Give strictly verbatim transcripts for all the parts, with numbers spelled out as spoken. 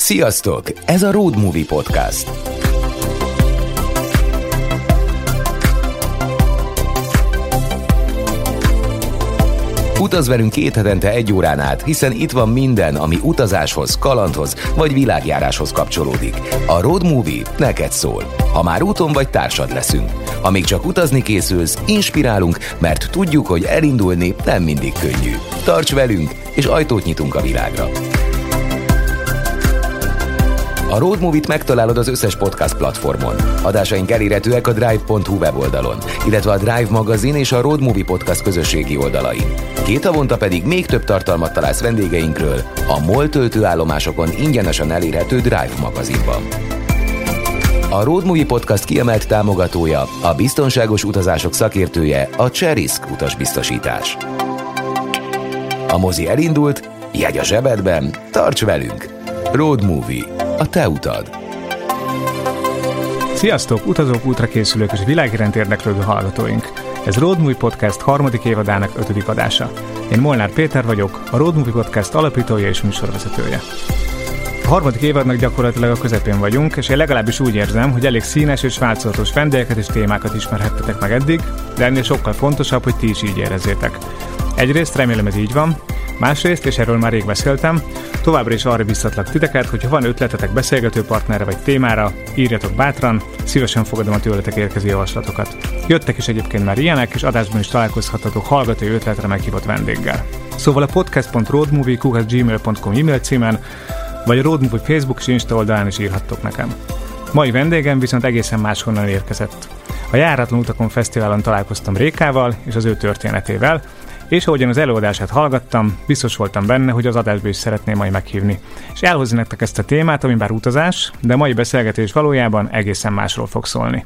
Sziasztok! Ez a Road Movie Podcast. Utaz velünk két hetente egy órán át, hiszen itt van minden, ami utazáshoz, kalandhoz vagy világjáráshoz kapcsolódik. A Road Movie neked szól. Ha már úton vagy, társad leszünk. Ha még csak utazni készülsz, inspirálunk, mert tudjuk, hogy elindulni nem mindig könnyű. Tarts velünk, és ajtót nyitunk a világra. A Road Movie-t megtalálod az összes podcast platformon. Adásaink elérhetőek a drive pont hu weboldalon, illetve a Drive magazin és a Road Movie Podcast közösségi oldalain. Két havonta pedig még több tartalmat találsz vendégeinkről a MOL töltőállomásokon ingyenesen elérhető Drive magazinban. A Road Movie Podcast kiemelt támogatója, a biztonságos utazások szakértője, a Cserisk utasbiztosítás. A mozi elindult, jegy a zsebedben, tarts velünk! Road Movie. A te utad. Sziasztok, utazók, útra készülők és világiránt érdeklődő hallgatóink. Ez Road Movie Podcast harmadik évadának ötödik adása. Én Molnár Péter vagyok, a Road Movie Podcast alapítója és műsorvezetője. A harmadik évadnak gyakorlatilag a közepén vagyunk, és én legalábbis úgy érzem, hogy elég színes és változatos vendégeket és témákat ismerhettetek meg eddig, de ennél sokkal fontosabb, hogy ti is így érezzétek. Egyrészt remélem ez így van, másrészt, és erről már rég beszéltem, továbbra is arra biztatlak titeket, hogyha van ötletetek beszélgető partnerre vagy témára, írjatok bátran, szívesen fogadom a tőletek érkező javaslatokat. Jöttek is egyébként már ilyenek, és adásban is találkozhatatok hallgatói ötletre meghívott vendéggel. Szóval a podcast pont roadmovie kukac gmail pont com e-mail címen, vagy a Road Movie Facebook és Insta oldalán is írhattok nekem. Mai vendégem viszont egészen máshonnan érkezett. A Járatlan Utakon Fesztiválon találkoztam Rékával és az ő történetével, és ahogyan az előadását hallgattam, biztos voltam benne, hogy az adásba is szeretném majd meghívni. És elhozni nektek ezt a témát, ami bár utazás, de mai beszélgetés valójában egészen másról fog szólni.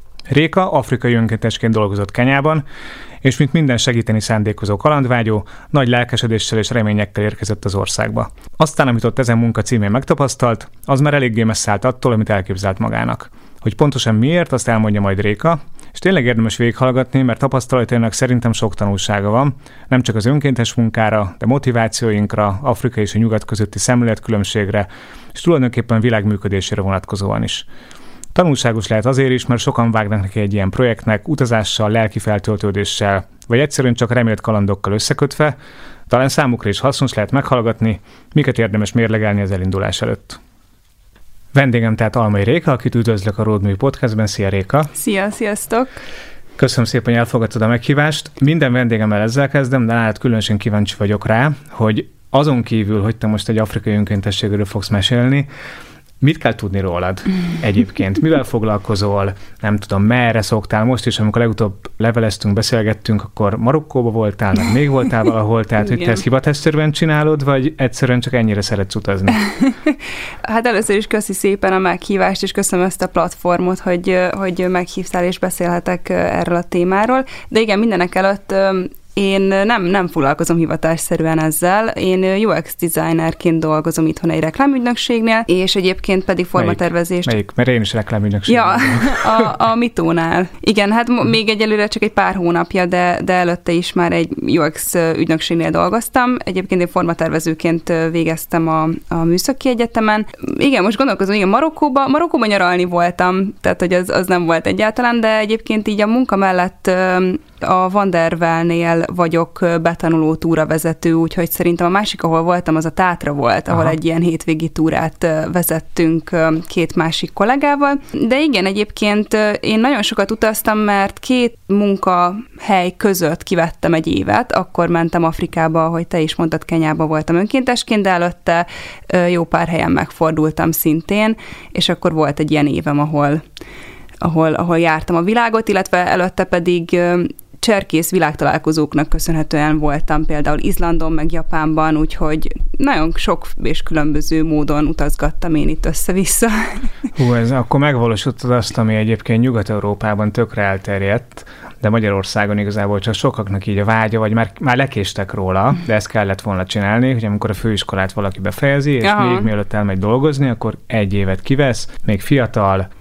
Réka afrikai önkéntesként dolgozott Kenyában, és mint minden segíteni szándékozó kalandvágyó, nagy lelkesedéssel és reményekkel érkezett az országba. Aztán, amit ott ezen munka címén megtapasztalt, az már eléggé messze állt attól, amit elképzelt magának. Hogy pontosan miért, azt elmondja majd Réka, és tényleg érdemes végighallgatni, mert tapasztalatainak szerintem sok tanulsága van, nem csak az önkéntes munkára, de motivációinkra, Afrika és a nyugat közötti szemléletkülönbségre, és tulajdonképpen világ működésére vonatkozóan is. Tanulságos lehet azért is, mert sokan vágnak neki egy ilyen projektnek, utazással, lelki feltöltődéssel, vagy egyszerűen csak remélt kalandokkal összekötve, talán számukra is hasznos lehet meghallgatni, miket érdemes mérlegelni az elindulás előtt. Vendégem tehát Almai Réka, akit üdvözlök a Road Movie Podcastben. Szia Réka! Szia, sziasztok! Köszönöm szépen, hogy elfogadtad a meghívást. Minden vendégemmel ezzel kezdem, de nálad különösen kíváncsi vagyok rá, hogy azon kívül, hogy te most egy afrikai önkéntességről fogsz mesélni, mit kell tudni rólad egyébként? Mivel foglalkozol? Nem tudom, merre szoktál? Most is, amikor legutóbb leveleztünk, beszélgettünk, akkor Marokkóba voltál, meg még voltál valahol, tehát hogy te ezt hivatásszerűen csinálod, vagy egyszerűen csak ennyire szeretsz utazni? Hát először is köszi szépen a meghívást, és köszönöm ezt a platformot, hogy, hogy meghívtál és beszélhetek erről a témáról. De igen, mindenek előtt én nem, nem foglalkozom hivatásszerűen ezzel. Én u eksz designerként dolgozom itthon egy reklámügynökségnél, és egyébként pedig formatervezést... Melyik? Melyik? Mert én is reklámügynökség. Ja, a, a Mitónál. Igen, hát még egyelőre csak egy pár hónapja, de, de előtte is már egy u eksz ügynökségnél dolgoztam. Egyébként én formatervezőként végeztem a, a Műszaki Egyetemen. Igen, most gondolkozom, igen, Marokkóba, Marokkóba nyaralni voltam, tehát hogy az, az nem volt egyáltalán, de egyébként így a munka mellett a Van der Waal-nél vagyok betanuló túravezető, úgyhogy szerintem a másik, ahol voltam, az a Tátra volt, ahol Aha. egy ilyen hétvégi túrát vezettünk két másik kollégával. De igen, egyébként én nagyon sokat utaztam, mert két munkahely között kivettem egy évet, akkor mentem Afrikába, ahogy te is mondtad, Kenyába voltam önkéntesként, de előtte jó pár helyen megfordultam szintén, és akkor volt egy ilyen évem, ahol, ahol, ahol jártam a világot, illetve előtte pedig cserkész világtalálkozóknak köszönhetően voltam például Izlandon, meg Japánban, úgyhogy nagyon sok és különböző módon utazgattam én itt össze-vissza. Hú, ez akkor megvalósítottad azt, ami egyébként Nyugat-Európában tökre elterjedt, de Magyarországon igazából csak sokaknak így a vágya, vagy már, már lekéstek róla, de ezt kellett volna csinálni, hogy amikor a főiskolát valaki befejezi, és Aha. még mielőtt elmegy dolgozni, akkor egy évet kivesz, még fiatal,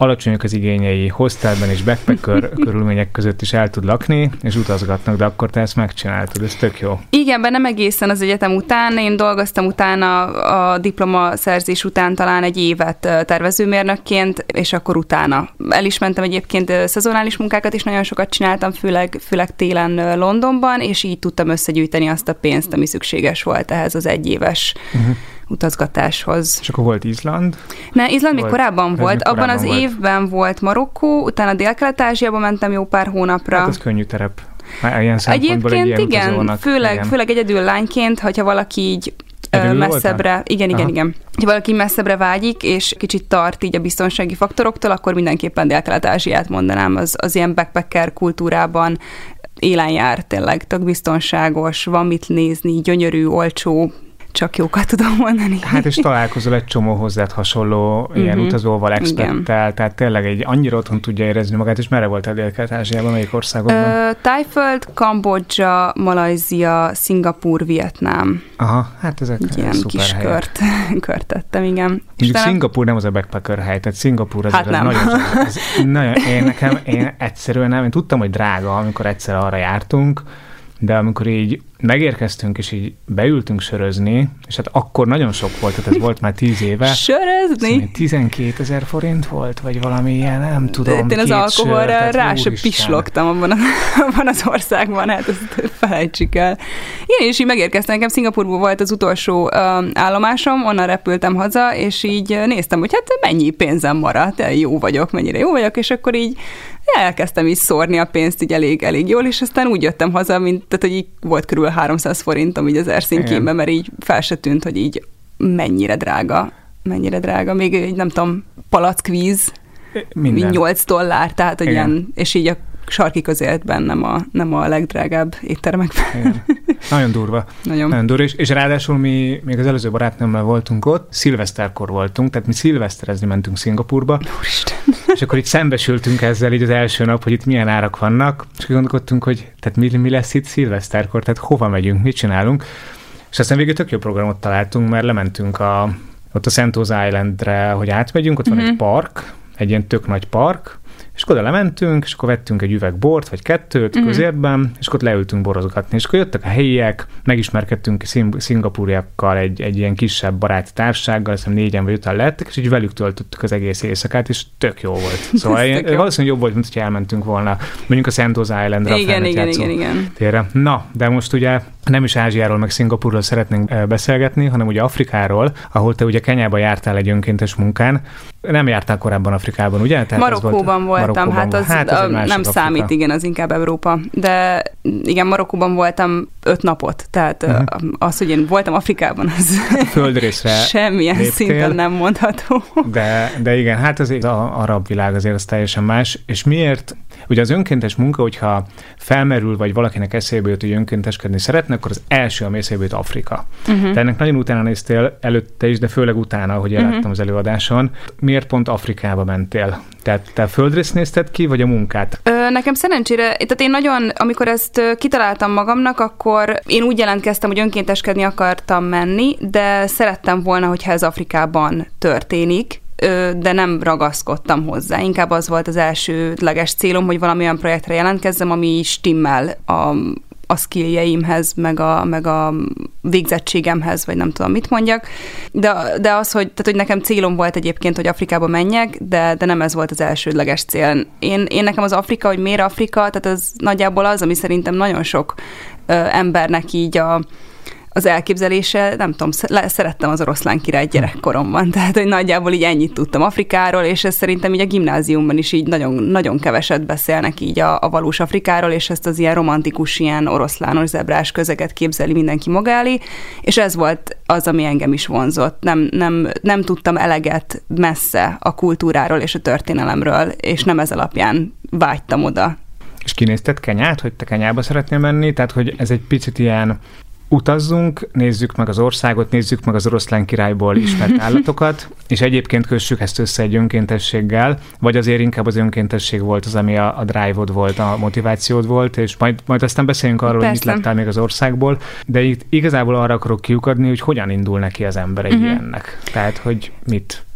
alacsonyak az igényei, hostelben és backpacker körülmények között is el tud lakni, és utazgatnak, de akkor te ezt megcsináltad, ez tök jó. Igen, de nem egészen az egyetem után, én dolgoztam utána a diplomaszerzés után talán egy évet tervezőmérnökként, és akkor utána. El is mentem egyébként szezonális munkákat is, nagyon sokat csináltam, főleg, főleg télen Londonban, és így tudtam összegyűjteni azt a pénzt, ami szükséges volt ehhez az egyéves uh-huh. utazgatáshoz. És akkor volt Izland? Ne, Izland még korábban volt. Még Abban korábban az volt. évben volt Marokkó, utána Dél-Kelet-Ázsiába mentem jó pár hónapra. Hát az könnyű terep. Ilyen Egyébként ilyen igen, utazónak, főleg, igen. főleg egyedül lányként, hogyha valaki így Egyedül messzebbre, voltál? igen, igen, Aha. igen. Ha valaki messzebbre vágyik, és kicsit tart így a biztonsági faktoroktól, akkor mindenképpen Dél-Kelet-Ázsiát mondanám, az, az ilyen backpacker kultúrában élen jár, tényleg tök biztonságos, van mit nézni, gyönyörű, olcsó, csak jókat tudom mondani. Hát és találkozol egy csomó hozzád hasonló ilyen uh-huh. utazóval, experttel, tehát tényleg egy annyira otthon tudja érezni magát, és merre voltál Dél-Kelet-Ázsiában, melyik országokban? Ö, Tájföld, Kambodzsa, Malajzia, Szingapúr, Vietnám. Aha, hát ezek ilyen szuper kis helyek. kört, kört tettem, igen. Mondjuk Szingapúr nem az a backpacker hely, tehát Szingapúr azért Hát nem. az nagyon, az, nagyon, én nekem, én egyszerűen nem, én tudtam, hogy drága, amikor egyszer arra jártunk, de amikor így megérkeztünk, és így beültünk sörözni, és hát akkor nagyon sok volt, tehát ez volt már tíz éve. Sörözni? tizenkétezer forint volt, vagy valami ilyen, nem tudom. Én az alkoholra sör, rá se pislogtam abban, a, abban az országban, hát ezt felejtsük el. Én is így megérkeztem, nekem Szingapúrból volt az utolsó um, állomásom, onnan repültem haza, és így néztem, hogy hát mennyi pénzem maradt, jó vagyok, mennyire jó vagyok, és akkor így elkezdtem is szórni a pénzt így elég, elég jól, és aztán úgy jöttem haza, mint, tehát, hogy így volt körül háromszáz forintom így az Airsinkjénben, mert így fel se tűnt, hogy így mennyire drága, mennyire drága, még egy nem tudom, palackvíz, minden. nyolc dollár, tehát hogy Igen. ilyen, és így a sarki közéletben nem a, nem a legdrágább éttermekben. Igen. Nagyon durva. Nagyon. Nagyon durva, és, és ráadásul mi még az előző barátnőmmel voltunk ott, szilveszterkor voltunk, tehát mi szilveszterezni mentünk Szingapúrba, Úristen. és akkor itt szembesültünk ezzel így az első nap, hogy itt milyen árak vannak, és gondolkodtunk, hogy tehát mi, mi lesz itt szilveszterkor, tehát hova megyünk, mit csinálunk, és aztán végül tök jó programot találtunk, mert lementünk a, ott a Sentosa Islandre, hogy átmegyünk, ott van uh-huh. egy park, egy ilyen tök nagy park, és akkor oda lementünk, és akkor vettünk egy üveg bort, vagy kettőt uh-huh. közértben, és akkor ott leültünk borozgatni. És akkor jöttek a helyiek, megismerkedtünk szing- szingapúriakkal egy, egy ilyen kisebb baráti társasággal, azt hiszem négyen vagy öten lettek, és így velük töltöttük az egész éjszakát, és tök jó volt. Szóval én, jó. valószínűleg jobb volt, mint hogyha elmentünk volna mondjuk a Sentosa Islandra. Igen, igen, igen, igen. Térre. Na, de most ugye nem is Ázsiáról, meg Szingapúrról szeretnénk beszélgetni, hanem ugye Afrikáról, ahol te ugye Kenyába jártál egy önkéntes munkán. Nem jártál korábban Afrikában, ugye? Tehát Marokkóban volt, voltam, hát az, hát az a, nem Afrika. Számít, igen, az inkább Európa. De igen, Marokkóban voltam öt napot, tehát uh-huh. az, hogy én voltam Afrikában, az földrészre semmilyen léptél, szinten nem mondható. De, de igen, hát azért az arab világ azért az teljesen más, és miért? Ugye az önkéntes munka, hogyha felmerül, vagy valakinek eszébe jut, hogy önkénteskedni szeretne, akkor az első, ami eszébe jut Afrika. Uh-huh. Te ennek nagyon utána néztél előtte is, de főleg utána, ahogy uh-huh. láttam az előadáson. Miért pont Afrikába mentél? Tehát te a földrészt nézted ki, vagy a munkát? Ö, nekem szerencsére, tehát én nagyon, amikor ezt kitaláltam magamnak, akkor én úgy jelentkeztem, hogy önkénteskedni akartam menni, de szerettem volna, hogyha ez Afrikában történik, de nem ragaszkodtam hozzá. Inkább az volt az elsődleges célom, hogy valamilyen projektre jelentkezzem, ami stimmel a, a skilljeimhez, meg a, meg a végzettségemhez, vagy nem tudom, mit mondjak. De, de az, hogy, tehát, hogy nekem célom volt egyébként, hogy Afrikába menjek, de, de nem ez volt az elsődleges cél. Én, én nekem az Afrika, hogy miért Afrika, tehát ez nagyjából az, ami szerintem nagyon sok ö, embernek így a az elképzelése, nem tudom, szerettem az Oroszlán király gyerekkoromban, tehát hogy nagyjából így ennyit tudtam Afrikáról, és ez szerintem így a gimnáziumban is így nagyon, nagyon keveset beszélnek így a, a valós Afrikáról, és ezt az ilyen romantikus, ilyen oroszlános, zebrás közeget képzeli mindenki maga elé, és ez volt az, ami engem is vonzott. Nem, nem, nem tudtam eleget messze a kultúráról és a történelemről, és nem ez alapján vágytam oda. És kinézted Kenyát, hogy te Kenyába szeretnél menni? Tehát, hogy ez egy picit ilyen utazzunk, nézzük meg az országot, nézzük meg az oroszlán királyból ismert állatokat, és egyébként kössük ezt össze egy önkéntességgel, vagy azért inkább az önkéntesség volt az, ami a, a drive-od volt, a motivációd volt, és majd, majd aztán beszéljünk arról, Persze. hogy mit láttál még az országból, de itt igazából arra akarok kiukadni, hogy hogyan indul neki az ember egy uh-huh. ilyennek. Tehát, hogy mit...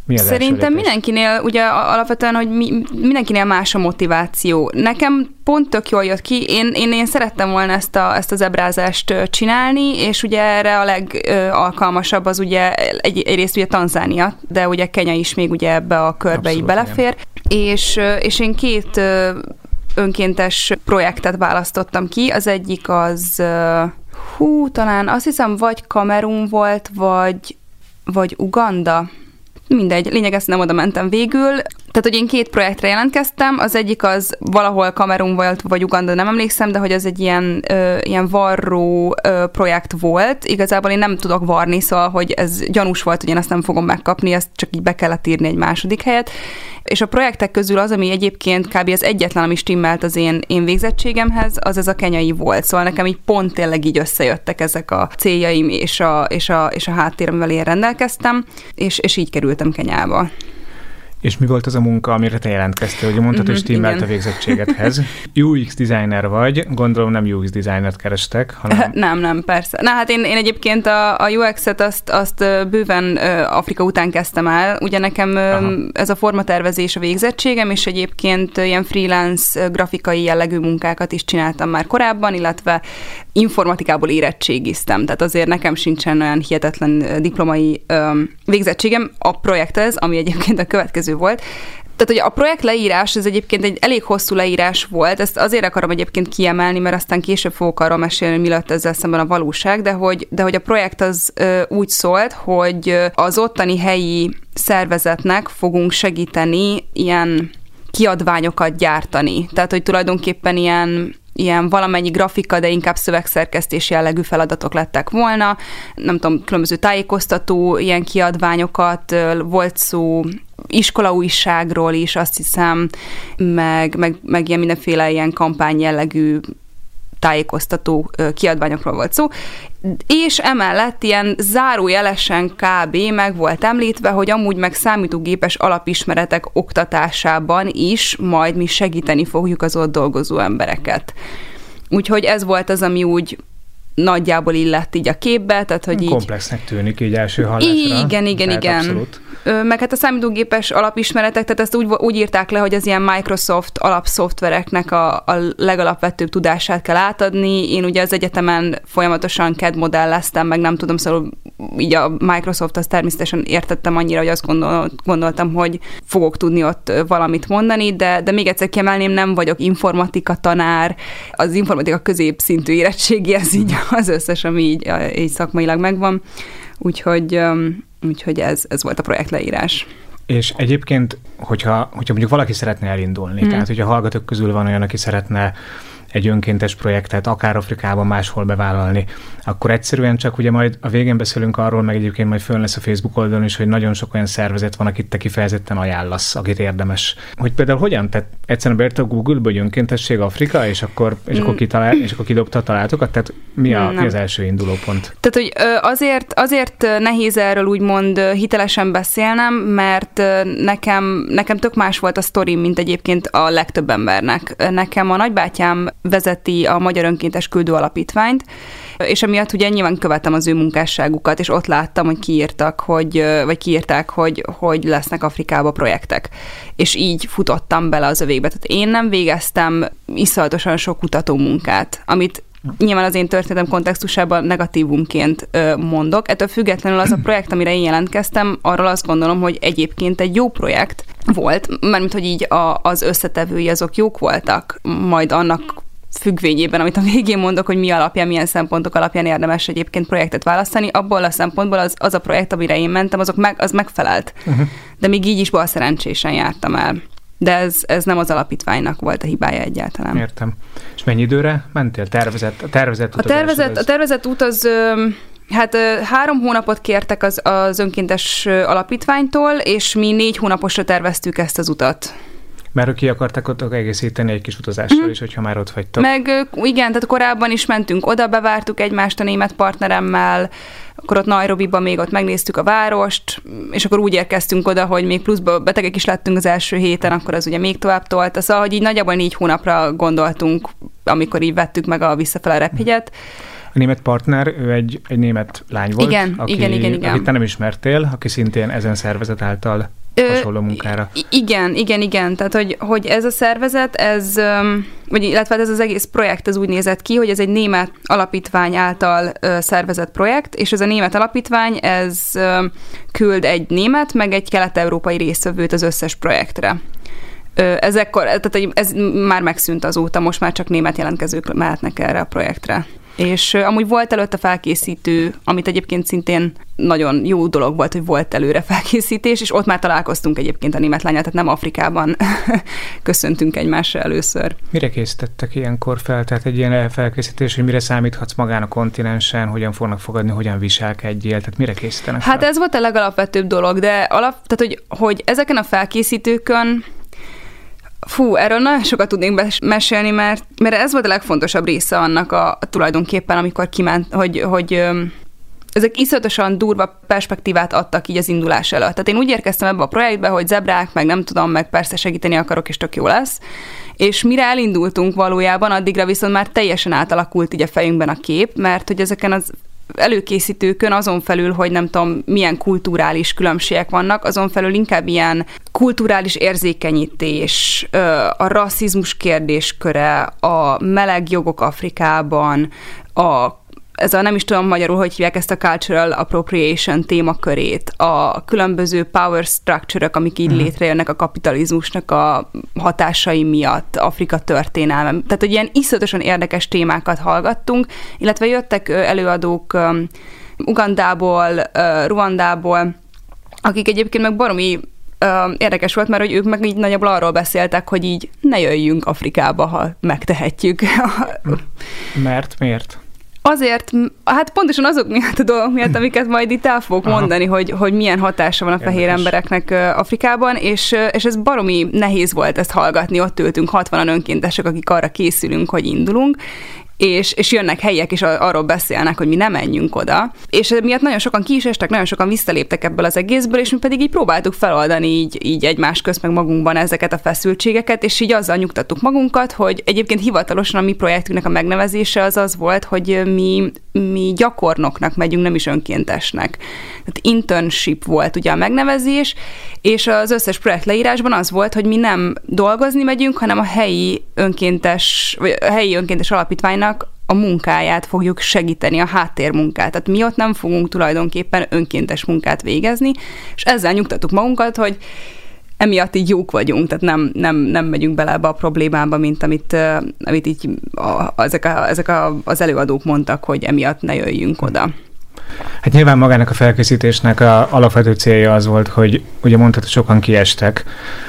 Mi az Szerintem mindenkinél, ugye alapvetően, hogy mi, mindenkinél más a motiváció. Nekem pont tök jól jött ki, én, én, én szerettem volna ezt, a, ezt az ebrázást csinálni, és ugye erre a legalkalmasabb az ugye egy, egyrészt ugye Tanzánia, de ugye Kenya is még ugye ebbe a körbe így belefér, és, és én két önkéntes projektet választottam ki, az egyik az, hú, talán azt hiszem vagy Kamerun volt, vagy, vagy Uganda, mindegy, lényeg, ezt nem oda mentem végül. Tehát, hogy én két projektre jelentkeztem, az egyik az valahol Kamerun volt, vagy Uganda, nem emlékszem, de hogy az egy ilyen, ö, ilyen varró ö, projekt volt. Igazából én nem tudok varni, szóval, hogy ez gyanús volt, hogy én ezt nem fogom megkapni, ezt csak így be kellett írni egy második helyet. És a projektek közül az, ami egyébként kb. Az egyetlen, ami stimmelt az én, én végzettségemhez, az ez a kenyai volt. Szóval nekem így pont tényleg így összejöttek ezek a céljaim és a, és a, és a háttér, amivel én rendelkeztem, és, és így kerültem Kenyába. És mi volt az a munka, amire te jelentkeztél? Ugye mondtad, mm-hmm, hogy stimmelt a végzettségedhez. u iksz designer vagy, gondolom nem u iksz designert kerestek, hanem... Nem, nem, persze. Na hát én, én egyébként a, a u iksz-et azt, azt bőven Afrika után kezdtem el. Ugye nekem Aha. ez a formatervezés a végzettségem, és egyébként ilyen freelance grafikai jellegű munkákat is csináltam már korábban, illetve informatikából érettségiztem. Tehát azért nekem sincsen olyan hihetetlen diplomai végzettségem a projekthez, ami egyébként a következő volt. Tehát, hogy a projekt leírás, ez egyébként egy elég hosszú leírás volt, ezt azért akarom egyébként kiemelni, mert aztán később fogok arról mesélni, hogy mi lett ezzel szemben a valóság, de hogy, de hogy a projekt az ö, úgy szólt, hogy az ottani helyi szervezetnek fogunk segíteni ilyen kiadványokat gyártani. Tehát, hogy tulajdonképpen ilyen ilyen valamennyi grafika, de inkább szövegszerkesztés jellegű feladatok lettek volna. Nem tudom, különböző tájékoztató ilyen kiadványokat, volt szó iskolaújságról is, azt hiszem, meg, meg, meg ilyen mindenféle ilyen kampány jellegű tájékoztató kiadványokról volt szó, és emellett ilyen zárójelesen kb. Meg volt említve, hogy amúgy meg számítógépes alapismeretek oktatásában is majd mi segíteni fogjuk az ott dolgozó embereket. Úgyhogy ez volt az, ami úgy nagyjából illett így a képbe, tehát hogy így... Komplexnek tűnik így első hallásra. Igen, igen, igen. Abszolút. Meg hát a számítógépes alapismeretek, tehát ezt úgy, úgy írták le, hogy az ilyen Microsoft alapszoftvereknek a, a legalapvetőbb tudását kell átadni. Én ugye az egyetemen folyamatosan cé á dé modelleztem, meg nem tudom, szóval így a Microsoft azt természetesen értettem annyira, hogy azt gondol, gondoltam, hogy fogok tudni ott valamit mondani, de, de még egyszer kiemelném, nem vagyok informatika tanár, az informatika középszintű érettségi, ez így az összes, ami így, így szakmailag megvan. Úgyhogy, úgyhogy ez, ez volt a projekt leírás. És egyébként, hogyha, hogyha mondjuk valaki szeretne elindulni, mm. tehát hogyha hallgatók közül van olyan, aki szeretne egy önkéntes projektet, akár Afrikában máshol bevállalni, akkor egyszerűen csak ugye majd a végén beszélünk arról, meg egyébként majd fönn lesz a Facebook oldalon is, hogy nagyon sok olyan szervezet van, akit te kifejezetten ajánlasz, akit érdemes. Hogy például hogyan? Tehát egyszerűen beírta a Google-be, hogy önkéntesség Afrika, és akkor, és akkor, kitalál, és akkor kidobta a találatokat? Tehát mi, a, mi az első indulópont? Tehát, hogy azért, azért nehéz erről úgymond hitelesen beszélnem, mert nekem, nekem tök más volt a sztori, mint egyébként a legtöbb embernek. Nekem a nagybátyám vezeti a Magyar Önkéntes Küldő Alapítványt, és emiatt ugye nyilván követem az ő munkásságukat, és ott láttam, hogy kiírtak, hogy, vagy kiírták, hogy, hogy lesznek Afrikába projektek. És így futottam bele az övékbe. Tehát én nem végeztem iszonyatosan sok kutatómunkát, amit nyilván az én történetem kontextusában negatívumként mondok. Ettől függetlenül az a projekt, amire én jelentkeztem, arról azt gondolom, hogy egyébként egy jó projekt volt, mert hogy így a, az összetevői azok jók voltak, majd annak függvényében, amit a végén mondok, hogy mi alapján, milyen szempontok alapján érdemes egyébként projektet választani, abból a szempontból az, az a projekt, amire én mentem, azok meg, az megfelelt. Uh-huh. De még így is balszerencsésen jártam el. De ez, ez nem az alapítványnak volt a hibája egyáltalán. Értem. És mennyi időre mentél? Tervezett, a tervezett a tervezett, a tervezett út az... Hát három hónapot kértek az, az önkéntes alapítványtól, és mi négy hónaposra terveztük ezt az utat. Mert ki akarták ott egészíteni egy kis utazással mm. is, hogyha már ott vagytok. Meg igen, tehát korábban is mentünk oda, bevártuk egymást a német partneremmel, akkor ott Nairobiban még ott megnéztük a várost, és akkor úgy érkeztünk oda, hogy még pluszba betegek is lettünk az első héten, akkor az ugye még tovább tolta. Szóval, hogy így nagyjából négy hónapra gondoltunk, amikor így vettük meg a visszafele repjegyet. A német partner, ő egy, egy német lány volt, igen, aki, igen, igen, igen. akit te nem ismertél, aki szintén ezen szervezet által hasonló munkára. Ö, igen, igen, igen. Tehát, hogy, hogy ez a szervezet, ez, vagy illetve ez az egész projekt az úgy nézett ki, hogy ez egy német alapítvány által szervezett projekt, és ez a német alapítvány, ez küld egy német, meg egy kelet-európai résztvevőt az összes projektre. Ez, ekkor, tehát ez már megszűnt azóta, most már csak német jelentkezők mehetnek erre a projektre. És amúgy volt előtte felkészítő, amit egyébként szintén nagyon jó dolog volt, hogy volt előre felkészítés, és ott már találkoztunk egyébként a német lányal, tehát nem Afrikában köszöntünk egymásra először. Mire készítettek ilyenkor fel? Tehát egy ilyen felkészítés, hogy mire számíthatsz magán a kontinensen, hogyan fognak fogadni, hogyan viselkedjél, tehát mire készítenek fel? Hát ez volt a legalapvetőbb dolog, de alap, tehát hogy, hogy ezeken a felkészítőkön Fú, erről nagyon sokat tudnék mesélni, mert, mert ez volt a legfontosabb része annak a, a tulajdonképpen, amikor kiment, hogy, hogy ö, ezek iszonyatosan durva perspektívát adtak így az indulás előtt. Tehát én úgy érkeztem ebbe a projektbe, hogy zebrák, meg nem tudom, meg persze segíteni akarok, és tök jó lesz. És mire elindultunk valójában, addigra viszont már teljesen átalakult így a fejünkben a kép, mert hogy ezeken az előkészítőkön azon felül, hogy nem tudom, milyen kulturális különbségek vannak, azon felül inkább ilyen kulturális érzékenyítés, a rasszizmus kérdésköre, a meleg jogok Afrikában, a ez a nem is tudom magyarul, hogy hívják ezt a cultural appropriation témakörét, a különböző power structure-ök, amik így mm. létrejönnek a kapitalizmusnak a hatásai miatt, Afrika történelme. Tehát, hogy ilyen iszonyatosan érdekes témákat hallgattunk, illetve jöttek előadók Ugandából, Ruandából, akik egyébként meg baromi érdekes volt, mert hogy ők meg így nagyjából arról beszéltek, hogy így ne jöjjünk Afrikába, ha megtehetjük. Mert? Miért? Azért, hát pontosan azok miatt a dolgok miatt, amiket majd itt el fogok Aha. mondani, hogy, hogy milyen hatása van a fehér Érdekes. embereknek Afrikában, és, és ez baromi nehéz volt ezt hallgatni, ott ültünk hatvanan önkéntesek, akik arra készülünk, hogy indulunk, és, és jönnek helyiek, és arról beszélnek, hogy mi nem menjünk oda. És miatt nagyon sokan ki is estek, nagyon sokan visszaléptek ebből az egészből, és mi pedig így próbáltuk feloldani így, így egymás közt, meg magunkban ezeket a feszültségeket, és így azzal nyugtattuk magunkat, hogy egyébként hivatalosan a mi projektünknek a megnevezése az az volt, hogy mi, mi gyakornoknak megyünk, nem is önkéntesnek. Tehát internship volt ugye a megnevezés, és az összes projekt leírásban az volt, hogy mi nem dolgozni megyünk, hanem a helyi önkéntes, vagy a helyi önkéntes alapítványnak a munkáját fogjuk segíteni, a háttérmunkát. Tehát mi ott nem fogunk tulajdonképpen önkéntes munkát végezni, és ezzel nyugtattuk magunkat, hogy emiatt így jók vagyunk, tehát nem, nem, nem megyünk bele ebbe a problémába, mint amit, amit így a, ezek, a, ezek a, az előadók mondtak, hogy emiatt ne jöjjünk oda. Hát nyilván magának a felkészítésnek a alapvető célja az volt, hogy ugye mondtad, hogy sokan kiestek,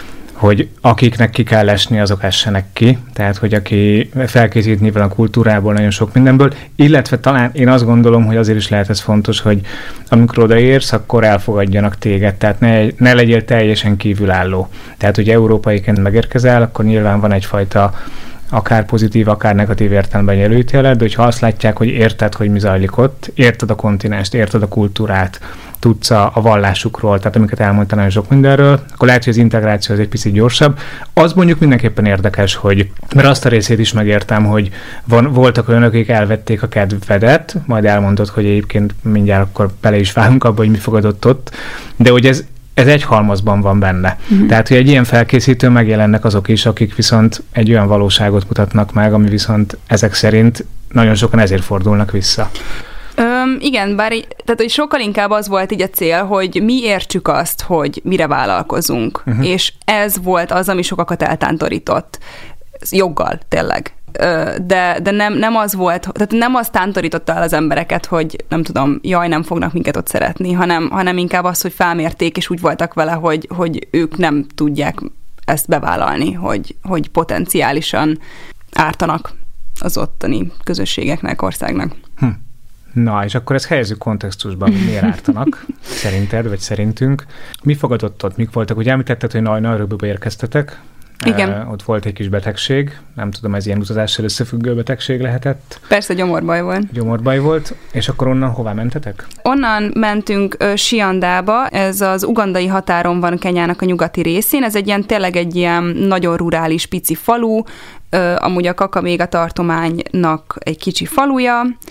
hogy akiknek ki kell esni, azok essenek ki, tehát hogy aki felkészít nyilván a kultúrából, nagyon sok mindenből, illetve talán én azt gondolom, hogy azért is lehet ez fontos, hogy amikor odaérsz, akkor elfogadjanak téged, tehát ne, ne legyél teljesen kívülálló. Tehát, hogy európaiként megérkezel, akkor nyilván van egyfajta akár pozitív, akár negatív értelemben előítéled, de hogyha azt látják, hogy érted, hogy mi zajlik ott, érted a kontinenst, érted a kultúrát, tudsz a, a vallásukról, tehát amiket elmondtál nagyon sok mindenről, akkor lehet, hogy az integráció az egy picit gyorsabb. Az mondjuk mindenképpen érdekes, hogy, mert azt a részét is megértem, hogy van, voltak olyanok, akik elvették a kedvedet, majd elmondod, hogy egyébként mindjárt akkor bele is vágunk abba, hogy mi fogadott ott, de hogy ez Ez egy halmazban van benne. Uh-huh. Tehát, hogy egy ilyen felkészítő megjelennek azok is, akik viszont egy olyan valóságot mutatnak meg, ami viszont ezek szerint nagyon sokan ezért fordulnak vissza. Öm, igen, bár tehát, hogy sokkal inkább az volt így a cél, hogy mi értsük azt, hogy mire vállalkozunk. Uh-huh. És ez volt az, ami sokakat eltántorított. Joggal, tényleg. De, de nem, nem az volt, tehát nem az tántorította el az embereket, hogy nem tudom, jaj, nem fognak minket ott szeretni, hanem, hanem inkább az, hogy felmérték, és úgy voltak vele, hogy, hogy ők nem tudják ezt bevállalni, hogy, hogy potenciálisan ártanak az ottani közösségeknek, országnak. Hm. Na, és akkor ezt helyezzük kontextusban, hogy miért ártanak, szerinted, vagy szerintünk. Mi fogadott ott? Mik voltak? Ugye említetted, hogy Nairobiba érkeztetek. Igen. Uh, ott volt egy kis betegség, nem tudom, ez ilyen utazással összefüggő betegség lehetett. Persze, gyomorbaj volt. Gyomorbaj volt, és akkor onnan hová mentetek? Onnan mentünk uh, Siandába, ez az ugandai határon van Kenyának a nyugati részén, ez egy ilyen, tényleg egy ilyen nagyon rurális pici falu, uh, amúgy a Kakamega tartománynak egy kicsi faluja,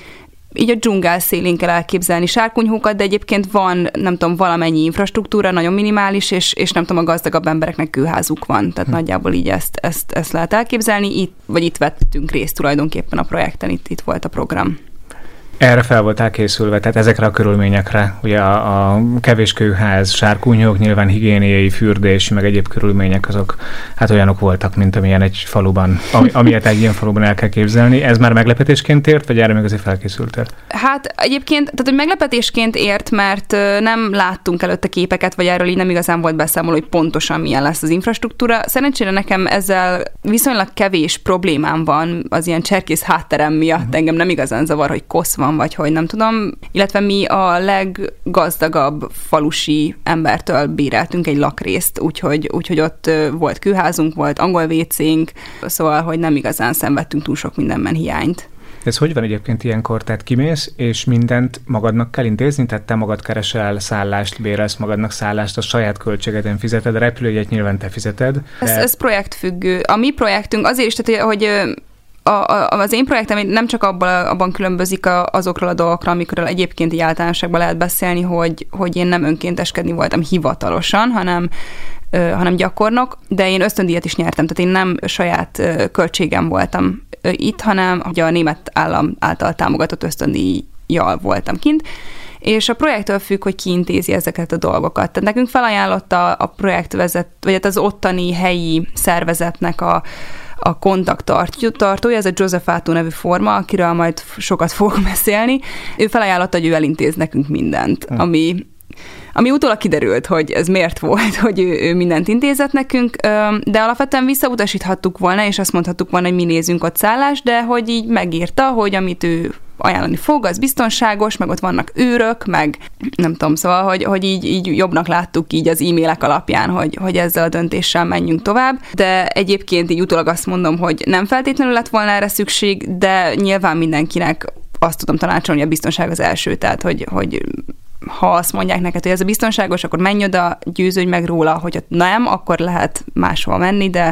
így a dzsungel szélén kell elképzelni sárkonyhókat, de egyébként van, nem tudom, valamennyi infrastruktúra, nagyon minimális, és, és nem tudom, a gazdagabb embereknek kőházuk van. Tehát hm. nagyjából így ezt, ezt, ezt lehet elképzelni. Itt, vagy itt vettünk részt tulajdonképpen a projekten, itt, itt volt a program. Erre fel voltál készülve, tehát ezekre a körülményekre, ugye a, a kevés kőház, sárkúnyhók, nyilván higiéniai, fürdés, meg egyéb körülmények, azok hát olyanok voltak, mint amilyen egy faluban, ami, amilyet egy ilyen faluban el kell képzelni. Ez már meglepetésként ért, vagy erre még azért felkészültél? Hát egyébként, tehát hogy meglepetésként ért, mert nem láttunk előtte képeket, vagy erről így nem igazán volt beszámoló, hogy pontosan milyen lesz az infrastruktúra. Szerencsére nekem ezzel viszonylag kevés problémám van az ilyen cserkész hátterem miatt. Uh-huh. Engem nem igazán zavar, hogy kosz van, vagy hogy nem tudom, illetve mi a leggazdagabb falusi embertől béreltünk egy lakrészt, úgyhogy, úgyhogy ott volt kőházunk, volt angol vécénk, szóval, hogy nem igazán szenvedtünk túl sok mindenben hiányt. Ez hogy van egyébként ilyenkor? Tehát kimész, és mindent magadnak kell intézni? Tehát te magad keresel szállást, bérelsz magadnak szállást, a saját költségeden fizeted, a repülőjegyet nyilván te fizeted. De... Ez, ez projektfüggő. A mi projektünk azért is, tehát, hogy A, a, az én projektem nem csak abban, abban különbözik a, azokról a dolgokról, amikről egyébként így általánosságban lehet beszélni, hogy, hogy én nem önkénteskedni voltam hivatalosan, hanem, ö, hanem gyakornok, de én ösztöndíjat is nyertem, tehát én nem saját ö, költségem voltam ö, itt, hanem ugye a német állam által támogatott ösztöndíjjal voltam kint, és a projektől függ, hogy ki intézi ezeket a dolgokat. Tehát nekünk felajánlotta a projektvezet, vagy az ottani helyi szervezetnek a a kontakttartója, ez a Josefato nevű forma, akiről majd sokat fogok beszélni. Ő felajánlotta, hogy ő elintéz nekünk mindent, hm. ami, ami utólag kiderült, hogy ez miért volt, hogy ő, ő mindent intézett nekünk, de alapvetően visszautasíthattuk volna, és azt mondhattuk volna, hogy mi nézünk ott szállást, de hogy így megírta, hogy amit ő ajánlani fog, az biztonságos, meg ott vannak őrök, meg nem tudom, szóval, hogy, hogy így, így jobbnak láttuk így az e-mailek alapján, hogy, hogy ezzel a döntéssel menjünk tovább, de egyébként így utólag azt mondom, hogy nem feltétlenül lett volna erre szükség, de nyilván mindenkinek azt tudom tanácsolni, hogy a biztonság az első, tehát, hogy, hogy ha azt mondják neked, hogy ez a biztonságos, akkor menj oda, győződj meg róla, hogy ott nem, akkor lehet máshol menni, de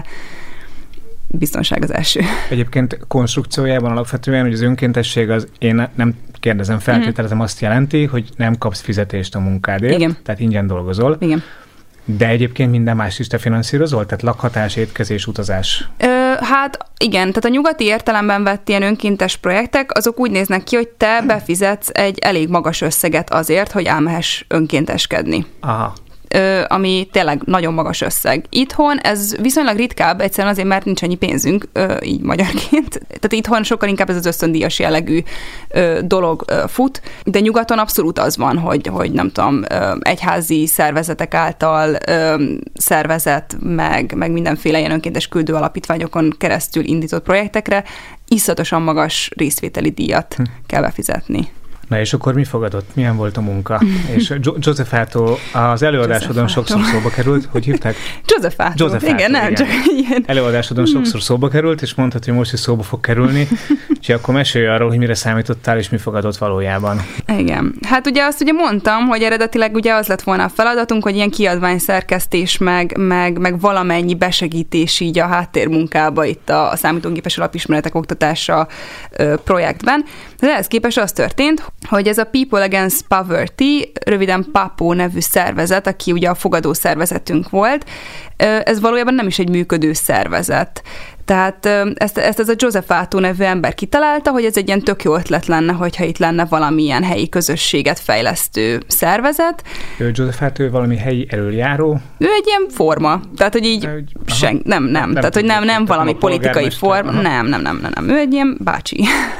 biztonság az első. Egyébként konstrukciójában alapvetően, hogy az önkéntesség az, én nem kérdezem, feltételezem, azt jelenti, hogy nem kapsz fizetést a munkádért, igen. Tehát ingyen dolgozol. Igen. De egyébként minden más is te finanszírozol? Tehát lakhatás, étkezés, utazás? Ö, hát igen, tehát a nyugati értelemben vett ilyen önkéntes projektek, azok úgy néznek ki, hogy te befizetsz egy elég magas összeget azért, hogy elmehess önkénteskedni. Aha. Ö, ami tényleg nagyon magas összeg. Itthon ez viszonylag ritkább, egyszerűen azért, mert nincs annyi pénzünk, ö, így magyarként. Tehát itthon sokkal inkább ez az ösztöndíjas jellegű ö, dolog ö, fut, de nyugaton abszolút az van, hogy, hogy nem tudom, ö, egyházi szervezetek által ö, szervezett, meg, meg mindenféle ilyen önkéntes küldő alapítványokon keresztül indított projektekre iszonyatosan magas részvételi díjat hm. kell befizetni. Na és akkor mi fogadott? Milyen volt a munka? És Josefato az előadásodon sokszor szóba került. Hogy hívták? Josefato. Josefato, igen, nem igen. csak ilyen. Előadásodon sokszor szóba került, és mondtad, hogy most is szóba fog kerülni. És akkor mesélj arról, hogy mire számítottál, és mi fogadott valójában. Igen. Hát ugye azt ugye mondtam, hogy eredetileg ugye az lett volna a feladatunk, hogy ilyen kiadványszerkesztés, meg, meg, meg valamennyi besegítés így a háttérmunkába itt a, a számítógépes alapismeretek oktatása ö, projektben. De ehhez képest az történt, hogy ez a People Against Poverty, röviden PAPO nevű szervezet, aki ugye a fogadó szervezetünk volt, ez valójában nem is egy működő szervezet. Tehát ezt, ezt ez a Josefato nevű ember kitalálta, hogy ez egy ilyen tök jó ötlet lenne, hogyha itt lenne valamilyen helyi közösséget fejlesztő szervezet. Ő Josefato valami helyi elöljáró? Ő egy ilyen forma. Tehát, hogy így hogy, sen, nem, nem, nem. Tehát, hogy nem, nem valami politikai forma. Nem, nem, nem, nem, nem. Ő egy ilyen bácsi.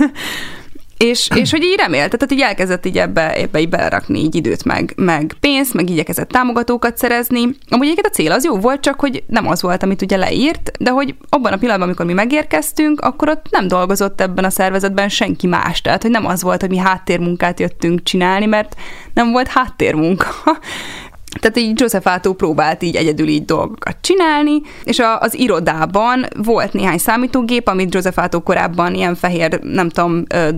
És, és hogy így remélt, tehát így elkezdett így ebbe, ebbe így belerakni így időt, meg, meg pénzt, meg igyekezett támogatókat szerezni. Amúgy egyébként a cél az jó volt, csak hogy nem az volt, amit ugye leírt, de hogy abban a pillanatban, amikor mi megérkeztünk, akkor ott nem dolgozott ebben a szervezetben senki más. Tehát, hogy nem az volt, hogy mi háttérmunkát jöttünk csinálni, mert nem volt háttérmunka. Tehát így Josefato próbált így egyedül így dolgokat csinálni, és a, az irodában volt néhány számítógép, amit Josefato korábban ilyen fehér, nem tudom,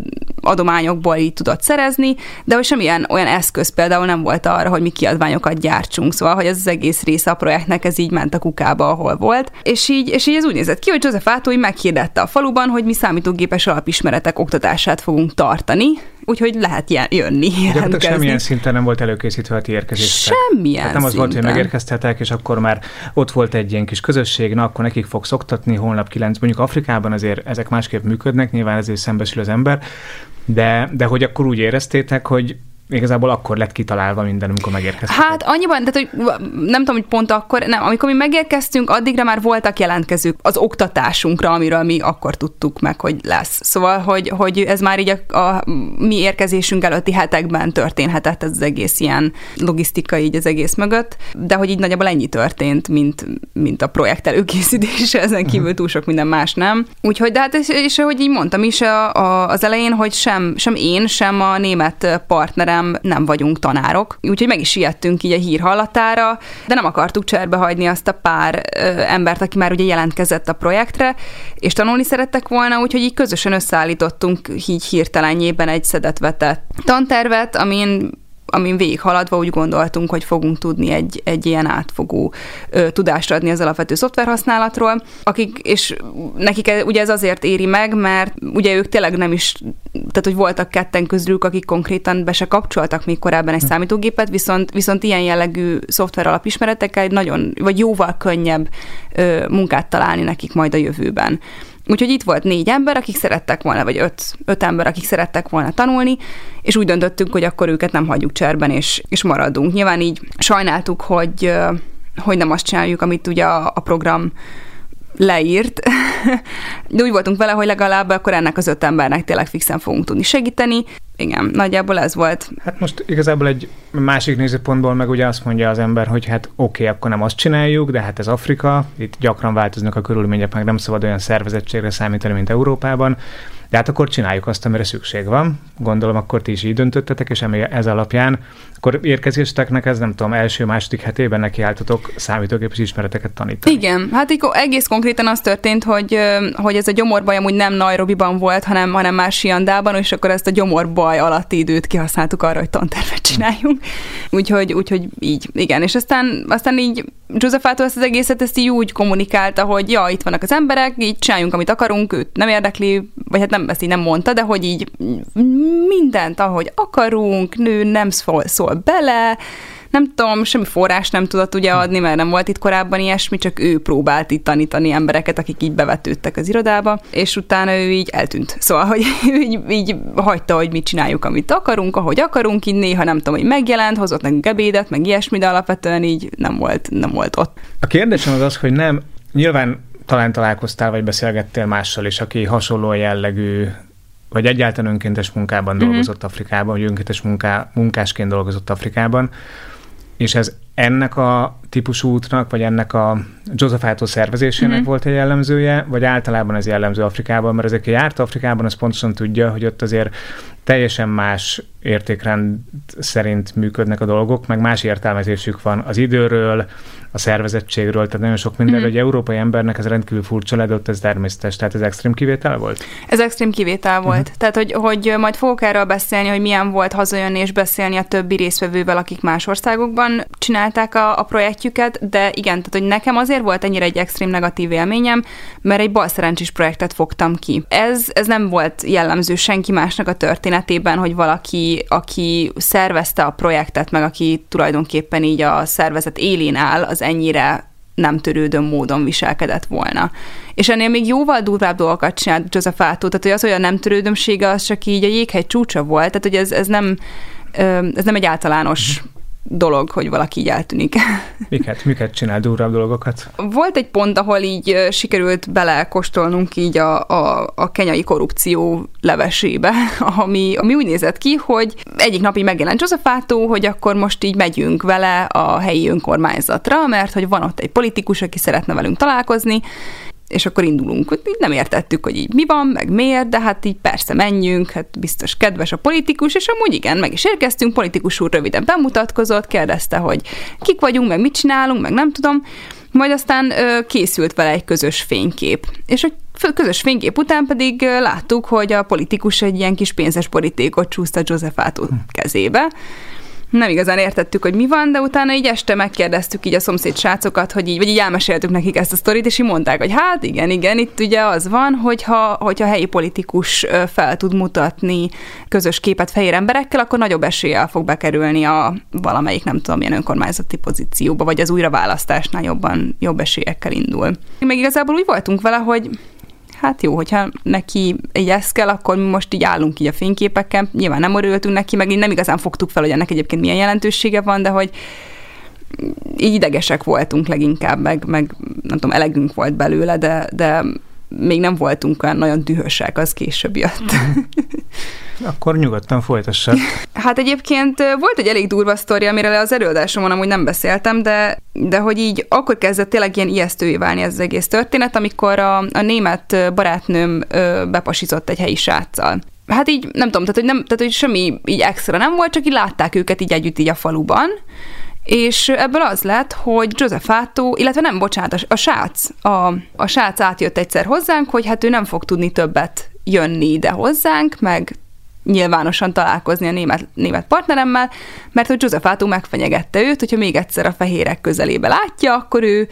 adományokból így tudott szerezni, de hogy semmilyen olyan eszköz például nem volt arra, hogy mi kiadványokat gyártsunk, szóval, hogy ez az egész része a projektnek ez így ment a kukába, ahol volt. És így, és így ez úgy nézett ki, hogy Joseph Ato így meghirdette a faluban, hogy mi számítógépes alapismeretek oktatását fogunk tartani, úgyhogy lehet jönni, jelentkezni. Semmilyen szinten nem volt előkészítve a ti érkezésre. Semmilyen hát nem az szinten. volt, hogy megérkeztetek, és akkor már ott volt egy ilyen kis közösség, na akkor nekik fogsz oktatni, holnap kilenc, mondjuk Afrikában azért ezek másképp működnek, nyilván ezért szembesül az ember, de, de hogy akkor úgy éreztétek, hogy igazából akkor lett kitalálva minden, amikor megérkeztünk. Hát annyiban, tehát, hogy nem tudom, hogy pont akkor, nem, amikor mi megérkeztünk, addigra már voltak jelentkezők az oktatásunkra, amiről mi akkor tudtuk meg, hogy lesz. Szóval, hogy, hogy ez már így a, a mi érkezésünk előtti hetekben történhetett ez az egész ilyen logisztika így az egész mögött, de hogy így nagyjából ennyi történt, mint, mint a projekt előkészítése, ezen kívül túl sok minden más nem. Úgyhogy, de hát, és, és ahogy így mondtam is a, a, az elején, hogy sem, sem én, sem a német partnerem nem vagyunk tanárok, úgyhogy meg is ijedtünk így a hír hallatára, de nem akartuk cserbe hagyni azt a pár ö, embert, aki már ugye jelentkezett a projektre, és tanulni szerettek volna, úgyhogy így közösen összeállítottunk így hirtelenjében egy szedett-vetett tantervet, amin amin végighaladva úgy gondoltunk, hogy fogunk tudni egy, egy ilyen átfogó ö, tudást adni az alapvető szoftverhasználatról, akik, és nekik ugye ez azért éri meg, mert ugye ők tényleg nem is, tehát hogy voltak ketten közülük, akik konkrétan be se kapcsoltak még korábban egy számítógépet, viszont, viszont ilyen jellegű szoftver alapismeretekkel nagyon, vagy jóval könnyebb ö, munkát találni nekik majd a jövőben. Úgyhogy itt volt négy ember, akik szerettek volna, vagy öt, öt ember, akik szerettek volna tanulni, és úgy döntöttünk, hogy akkor őket nem hagyjuk cserben, és, és maradunk. Nyilván így sajnáltuk, hogy, hogy nem azt csináljuk, amit ugye a, a program leírt, de úgy voltunk vele, hogy legalább akkor ennek az öt embernek tényleg fixen fogunk tudni segíteni. Igen, nagyjából ez volt. Hát most igazából egy másik nézőpontból meg ugye azt mondja az ember, hogy hát oké, okay, akkor nem azt csináljuk, de hát ez Afrika, itt gyakran változnak a körülmények, meg nem szabad olyan szervezettségre számítani, mint Európában, de hát akkor csináljuk azt, amire szükség van. Gondolom, akkor ti is így döntöttetek, és ez alapján akkor érkezésteknek ez nem tudom, első, második hetében nekiálltatok számítógépes ismereteket tanítani. Igen, hát egész konkrétan az történt, hogy, hogy ez a gyomorbaj amúgy nem Nairobiban volt, hanem, hanem már Siandában, és akkor ezt a gyomorbaj alatti időt kihasználtuk arra, hogy tantervet csináljunk. Úgyhogy, úgyhogy így, igen. És aztán, aztán így Joseph Ato ezt az egészet ezt így úgy kommunikálta, hogy ja, itt vannak az emberek, így csináljunk, amit akarunk, őt nem érdekli, vagy hát nem, ezt így nem mondta, de hogy így mindent, ahogy akarunk, nő nem szól, szól bele, nem tudom, semmi forrás nem tudott ugye adni, mert nem volt itt korábban ilyesmi, csak ő próbált itt tanítani embereket, akik így bevetődtek az irodába, és utána ő így eltűnt. Szóval, hogy ő így, így hagyta, hogy mit csináljuk, amit akarunk, ahogy akarunk, így néha nem tudom, hogy megjelent, hozott nekünk ebédet, meg ilyesmi, de alapvetően így nem volt, nem volt ott. A kérdésem az az, hogy nem, nyilván talán találkoztál, vagy beszélgettél mással is, aki hasonló jellegű, vagy egyáltalán önkéntes munkában mm-hmm. dolgozott Afrikában, vagy önkéntes munká, munkásként dolgozott Afrikában, és ez ennek a típusú útnak, vagy ennek a Joseph Ato szervezésének mm-hmm. volt egy jellemzője, vagy általában ez jellemző Afrikában, mert ezek, aki járt Afrikában, az pontosan tudja, hogy ott azért teljesen más értékrend szerint működnek a dolgok, meg más értelmezésük van az időről, a szervezettségről, tehát nagyon sok minden, mm-hmm. hogy európai embernek ez rendkívül furcsa lett, ott ez természetes, tehát ez extrém kivétel volt? Ez extrém kivétel volt. Mm-hmm. Tehát, hogy, hogy majd fogok erről beszélni, hogy milyen volt hazajönni és beszélni a többi résztvevővel, akik más országokban csinálták a, a projektjüket, de igen, tehát, hogy nekem azért volt ennyire egy extrém negatív élményem, mert egy balszerencsés projektet fogtam ki. Ez, ez nem volt jellemző senki másnak a történetében, hogy valaki, aki szervezte a projektet, meg aki tulajdonképpen így a szervezet élén áll, az ennyire nem törődő módon viselkedett volna. És ennél még jóval durvább dolgokat csinált Joseph Ato, tehát hogy az, hogy a nem törődömsége, az csak így a jéghegy csúcsa volt, tehát hogy ez, ez, nem, ez nem egy általános dolog, hogy valaki így eltűnik. Miket, miket csinál durvább dolgokat? Volt egy pont, ahol így sikerült belekóstolnunk így a, a, a kenyai korrupció levesébe, ami, ami úgy nézett ki, hogy egyik nap így megjelent Joseph Ato, hogy akkor most így megyünk vele a helyi önkormányzatra, mert hogy van ott egy politikus, aki szeretne velünk találkozni, és akkor indulunk. Nem értettük, hogy így mi van, meg miért, de hát így persze menjünk, hát biztos kedves a politikus, és amúgy igen, meg is érkeztünk, politikus úr röviden bemutatkozott, kérdezte, hogy kik vagyunk, meg mit csinálunk, meg nem tudom, majd aztán ö, készült vele egy közös fénykép. És hogy közös fénykép után pedig láttuk, hogy a politikus egy ilyen kis pénzes borítékot csúszta Joseph Ato kezébe. Nem igazán értettük, hogy mi van, de utána így este megkérdeztük így a szomszéd srácokat, hogy így, vagy így elmeséltük nekik ezt a sztorit, és így mondták, hogy hát igen, igen, itt ugye az van, hogyha, hogyha helyi politikus fel tud mutatni közös képet fehér emberekkel, akkor nagyobb eséllyel fog bekerülni a valamelyik, nem tudom, ilyen önkormányzati pozícióba, vagy az újraválasztásnál jobban, jobb esélyekkel indul. Meg igazából úgy voltunk vele, hogy hát jó, hogyha neki egy ez kell, akkor mi most így állunk így a fényképeken, nyilván nem örültünk neki, meg így nem igazán fogtuk fel, hogy ennek egyébként milyen jelentősége van, de hogy így idegesek voltunk leginkább, meg, meg nem tudom, elegünk volt belőle, de, de még nem voltunk olyan nagyon dühösek, az később jött. Akkor nyugodtan folytassad. Hát egyébként volt egy elég durva sztori, amire az előadásomon amúgy nem beszéltem, de, de hogy így akkor kezdett tényleg ilyen ijesztővé válni ez az egész történet, amikor a, a német barátnőm ö, bepasizott egy helyi sráccal. Hát így nem tudom, tehát hogy, nem, tehát, hogy semmi így extra nem volt, csak így látták őket így együtt így a faluban, és ebből az lett, hogy Joseph Ato, illetve nem, bocsánat, a, a srác, a, a srác átjött egyszer hozzánk, hogy hát ő nem fog tudni többet jönni ide hozzánk, meg nyilvánosan találkozni a német, német partneremmel, mert hogy Joseph Ato megfenyegette őt, hogyha még egyszer a fehérek közelébe látja, akkor ő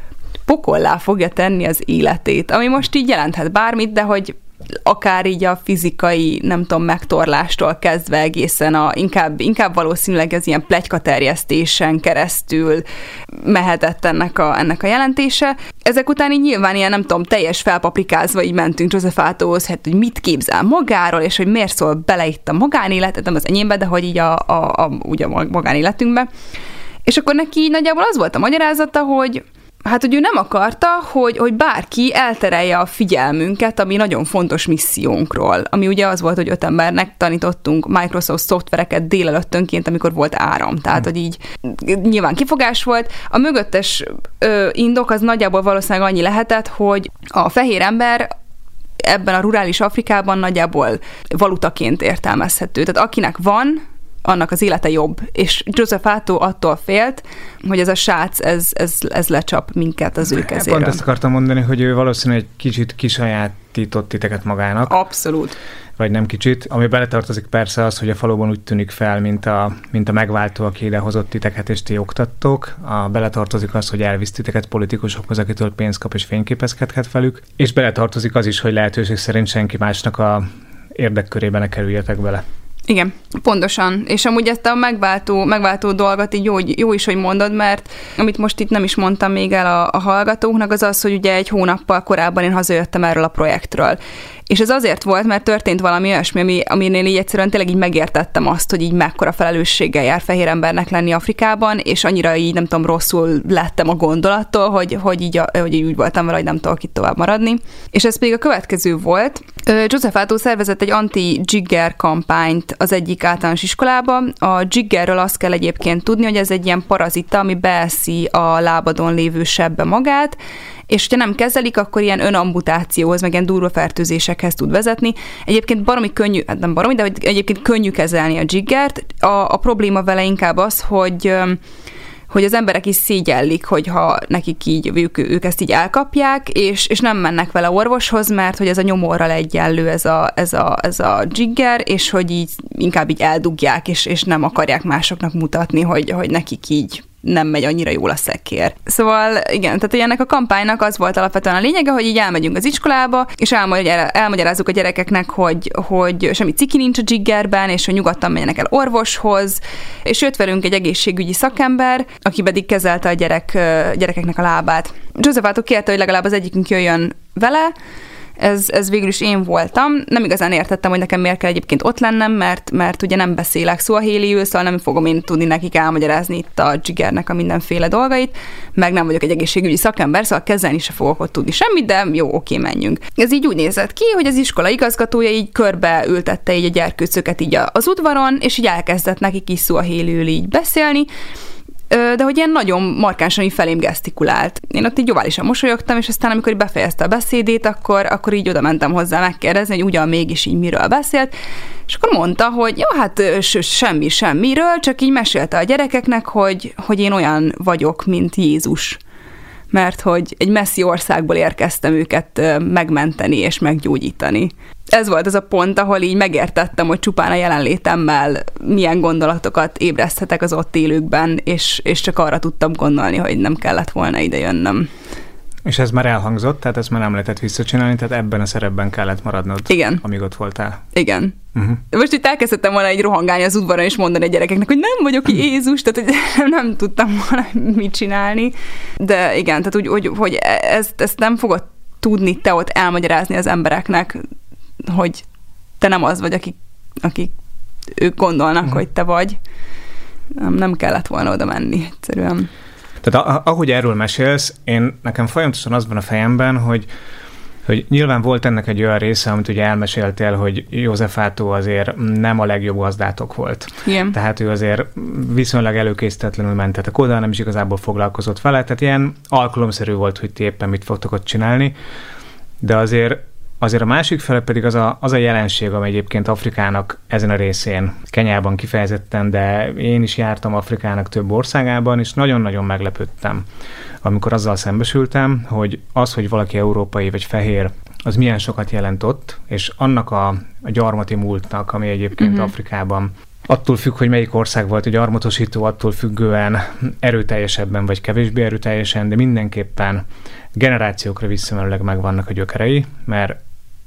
pokollá fogja tenni az életét, ami most így jelenthet bármit, de hogy akár így a fizikai, nem tudom, megtorlástól kezdve egészen a, inkább, inkább valószínűleg az ilyen pletykaterjesztésen keresztül mehetett ennek a, ennek a jelentése. Ezek után így nyilván ilyen, nem tudom, teljes felpaprikázva így mentünk Joseph Atohoz, hát, hogy mit képzel magáról, és hogy miért szól bele itt a magánéletet, nem az enyémbe, de hogy így a, a, a, ugye a magánéletünkbe. És akkor neki így nagyjából az volt a magyarázata, hogy hát, hogy ő nem akarta, hogy, hogy bárki elterelje a figyelmünket, ami nagyon fontos missziónkról, ami ugye az volt, hogy öt embernek tanítottunk Microsoft szoftvereket délelőttönként, amikor volt áram. Tehát, hogy így nyilván kifogás volt. A mögöttes ö, indok az nagyjából valószínűleg annyi lehetett, hogy a fehér ember ebben a rurális Afrikában nagyjából valutaként értelmezhető. Tehát akinek van, annak az élete jobb. És Joseph Ato attól félt, hogy ez a srác, ez, ez, ez lecsap minket az ő kezéről. Pont ezt akartam mondani, hogy ő valószínűleg egy kicsit kisajátított titeket magának. Abszolút. Vagy nem kicsit. Ami beletartozik persze az, hogy a faluban úgy tűnik fel, mint a, mint a megváltó, aki idehozott titeket, és ti oktattok. A, beletartozik az, hogy elvisz titeket politikusokhoz, akitől pénzt kap, és fényképezkedhet velük. És beletartozik az is, hogy lehetőség szerint senki másnak a érdekkörében ne kerüljetek bele. Igen, pontosan. És amúgy ezt a megváltó, megváltó dolgot így jó, jó is, hogy mondod, mert amit most itt nem is mondtam még el a, a hallgatóknak, az az, hogy ugye egy hónappal korábban én hazajöttem erről a projektről. És ez azért volt, mert történt valami olyasmi, ami, aminél így egyszerűen tényleg így megértettem azt, hogy így mekkora felelősséggel jár fehér embernek lenni Afrikában, és annyira így, nem tudom, rosszul lettem a gondolattól, hogy, hogy, így, a, hogy így úgy voltam vele, hogy nem tudok itt tovább maradni. És ez pedig a következő volt. Joseph Ato szervezett egy anti-dzsigger kampányt az egyik általános iskolába. A dzsiggerről azt kell egyébként tudni, hogy ez egy ilyen parazita, ami beeszi a lábadon lévő sebbe magát, és hogyha nem kezelik, akkor ilyen önamputációhoz, meg ilyen durva fertőzésekhez tud vezetni. Egyébként baromi könnyű, hát nem baromi, de egyébként könnyű kezelni a dzsiggert. A, a probléma vele inkább az, hogy hogy az emberek is szégyellik, hogyha nekik így, ők, ők ezt így elkapják, és, és nem mennek vele orvoshoz, mert hogy ez a nyomorral egyenlő ez a, ez a, ez a dzsigger, és hogy így inkább így eldugják, és, és nem akarják másoknak mutatni, hogy, hogy nekik így nem megy annyira jól a szekér. Szóval igen, tehát ennek a kampánynak az volt alapvetően a lényege, hogy így elmegyünk az iskolába, és elmagyarázzuk a gyerekeknek, hogy, hogy semmi ciki nincs a dzsiggerben, és hogy nyugodtan menjenek el orvoshoz, és jött velünk egy egészségügyi szakember, aki pedig kezelte a gyerek, gyerekeknek a lábát. Joseph Ato kérte, hogy legalább az egyikünk jöjjön vele. Ez, ez végül is én voltam. Nem igazán értettem, hogy nekem miért kell egyébként ott lennem, mert, mert ugye nem beszélek szóahéliül, szóval nem fogom én tudni nekik elmagyarázni itt a dzsiggernek a mindenféle dolgait, meg nem vagyok egy egészségügyi szakember, szóval kezelni se fogok ott tudni semmit, de jó, oké, menjünk. Ez így úgy nézett ki, hogy az iskola igazgatója így körbe ültette így a gyerkőcöket így az udvaron, és így elkezdett nekik is szóahéliül így beszélni, de hogy ilyen nagyon markánsan így felém gesztikulált. Én ott így joválisan mosolyogtam, és aztán amikor befejezte a beszédét, akkor, akkor így oda mentem hozzá megkérdezni, hogy ugyan mégis így miről beszélt, és akkor mondta, hogy jó, hát semmi, semmiről, csak így mesélte a gyerekeknek, hogy, hogy én olyan vagyok, mint Jézus. mert hogy egy messzi országból érkeztem őket megmenteni és meggyógyítani. Ez volt az a pont, ahol így megértettem, hogy csupán a jelenlétemmel milyen gondolatokat ébreszthetek az ott élőkben, és, és csak arra tudtam gondolni, hogy nem kellett volna ide jönnöm. És ez már elhangzott, tehát ezt már nem lehetett visszacsinálni, tehát ebben a szerepben kellett maradnod, igen. Amíg ott voltál. Igen. Uh-huh. Most itt elkezdtem volna egy rohangálni az udvaron, és mondani a gyerekeknek, hogy nem vagyok Jézus, tehát hogy nem, nem tudtam volna mit csinálni. De igen, tehát úgy, hogy, hogy ezt, ezt nem fogod tudni te ott elmagyarázni az embereknek, hogy te nem az vagy, akik, akik ők gondolnak, uh-huh. hogy te vagy. Nem, nem kellett volna oda menni, egyszerűen. Tehát ahogy erről mesélsz, én nekem folyamatosan az van a fejemben, hogy, hogy nyilván volt ennek egy olyan része, amit ugye elmeséltél, hogy Józsefátó azért nem a legjobb gazdátok volt. Igen. Tehát ő azért viszonylag előkészítetlenül mentetek oda, nem is igazából foglalkozott vele, tehát ilyen alkalomszerű volt, hogy ti éppen mit fogtok ott csinálni, de azért Azért a másik fele pedig az a, az a jelenség, ami egyébként Afrikának ezen a részén, Kenyában kifejezetten, de én is jártam Afrikának több országában, és nagyon-nagyon meglepődtem, amikor azzal szembesültem, hogy az, hogy valaki európai vagy fehér, az milyen sokat jelent ott, és annak a, a gyarmati múltnak, ami egyébként uh-huh. Afrikában attól függ, hogy melyik ország volt a gyarmatosító, attól függően erőteljesebben vagy kevésbé erőteljesen, de mindenképpen generációkra visszamenőleg megvannak a gyökerei, mert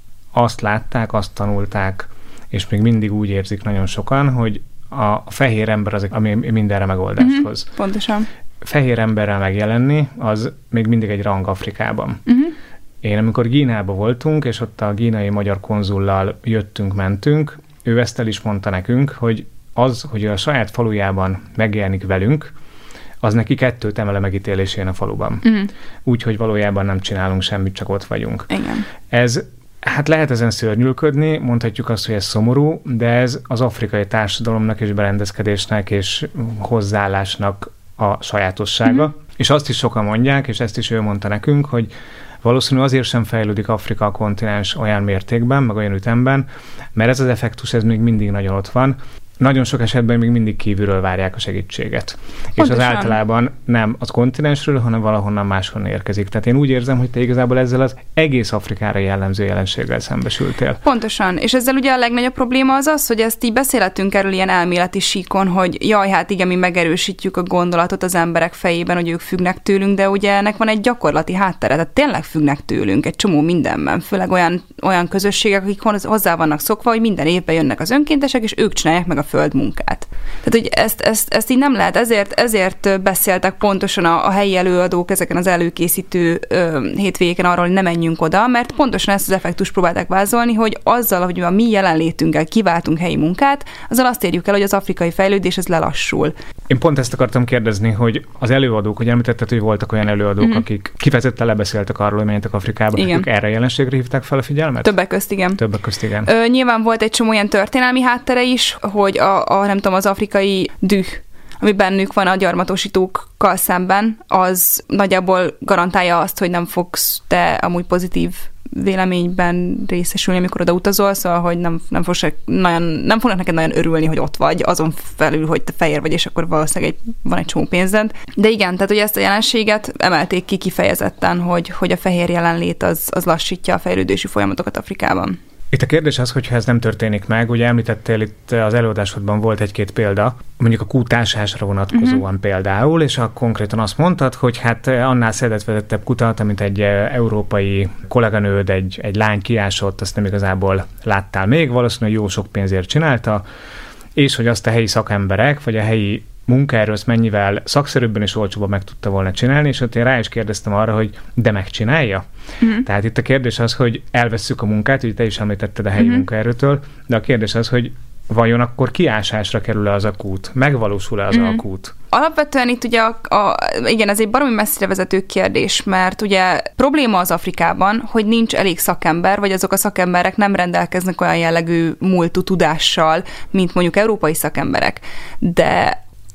azt látták, azt tanulták, és még mindig úgy érzik nagyon sokan, hogy a fehér ember az, ami mindenre megoldást uh-huh. hoz. Pontosan. Fehér emberrel megjelenni, az még mindig egy rang Afrikában. Uh-huh. Én amikor Gínában voltunk, és ott a gínai magyar konzullal jöttünk, mentünk, ő ezt el is mondta nekünk, hogy az, hogy a saját falujában megjelenik velünk, az neki kettőt emel a megítélésén a faluban. Uh-huh. Úgyhogy valójában nem csinálunk semmit, csak ott vagyunk. Igen. Ez, hát lehet ezen szörnyűlködni, mondhatjuk azt, hogy ez szomorú, de ez az afrikai társadalomnak és berendezkedésnek és hozzáállásnak a sajátossága. Uh-huh. És azt is sokan mondják, és ezt is ő mondta nekünk, hogy valószínűleg azért sem fejlődik Afrika a kontinens olyan mértékben, meg olyan ütemben, mert ez az effektus, ez még mindig nagyon ott van. Nagyon sok esetben még mindig kívülről várják a segítséget. Pontosan. És az általában nem az kontinensről, hanem valahonnan máshonnan érkezik. Tehát én úgy érzem, hogy te igazából ezzel az egész Afrikára jellemző jelenséggel szembesültél. Pontosan. És ezzel ugye a legnagyobb probléma az az, hogy ezt így beszélhetünk erről ilyen elméleti síkon, hogy jaj, hát igen, mi megerősítjük a gondolatot az emberek fejében, hogy ők függnek tőlünk, de ugye ennek van egy gyakorlati háttere, tehát tényleg függnek tőlünk egy csomó mindenben, főleg olyan, olyan közösségek, akik hozzá vannak szokva, hogy minden évben jönnek az önkéntesek, és ők csinálják meg a földmunkát. Tehát, hogy ezt, ezt, ezt így nem lehet, ezért, ezért beszéltek pontosan a, a helyi előadók ezeken az előkészítő ö, hétvégéken arról, hogy ne menjünk oda, mert pontosan ezt az effektust próbálták vázolni, hogy azzal, hogy a mi jelenlétünkkel kiváltunk helyi munkát, azzal azt érjük el, hogy az afrikai fejlődés ez lelassul. Én pont ezt akartam kérdezni, hogy az előadók, hogy említetted, hogy voltak olyan előadók, mm-hmm. akik kifejezetten lebeszéltek arról, hogy menjetek Afrikába, igen. Ők erre a jelenségre hívták fel a figyelmet? Többek közt, igen. Többek közt, igen. Ö, nyilván volt egy csomó olyan történelmi háttere is, hogy a, a nem tudom, az afrikai düh, ami bennük van a gyarmatosítókkal szemben, az nagyjából garantálja azt, hogy nem fogsz te amúgy pozitív véleményben részesülni, amikor oda utazol, szóval, hogy nem, nem, fogsz nagyon, nem fognak neked nagyon örülni, hogy ott vagy, azon felül, hogy te fehér vagy, és akkor valószínűleg egy, van egy csomó pénzed. De igen, tehát hogy ezt a jelenséget emelték ki kifejezetten, hogy, hogy a fehér jelenlét az, az lassítja a fejlődési folyamatokat Afrikában. Itt a kérdés az, hogyha ez nem történik meg, ugye említettél itt az előadásodban volt egy-két példa, mondjuk a kútásásra vonatkozóan uh-huh. például, és akkor konkrétan azt mondtad, hogy hát annál szedetvezettebb kutat, amit egy európai kolléganőd, egy, egy lány kiásott, azt nem igazából láttál még, valószínűleg jó sok pénzért csinálta, és hogy azt a helyi szakemberek, vagy a helyi munkaerő azt mennyivel szakszerűbben és olcsóbban meg tudta volna csinálni, és ott én rá is kérdeztem arra, hogy de megcsinálja? Uh-huh. Tehát itt a kérdés az, hogy elvesszük a munkát, ugye te is említetted a helyi uh-huh. munkaerőtől, de a kérdés az, hogy vajon akkor kiásásra kerül-e az a kút? Megvalósul-e az uh-huh. a kút? Alapvetően itt ugye, a, a, igen, ez egy baromi messzire vezető kérdés, mert ugye probléma az Afrikában, hogy nincs elég szakember, vagy azok a szakemberek nem rendelkeznek olyan jellegű múltú tudással, mint mondjuk európai szakemberek. De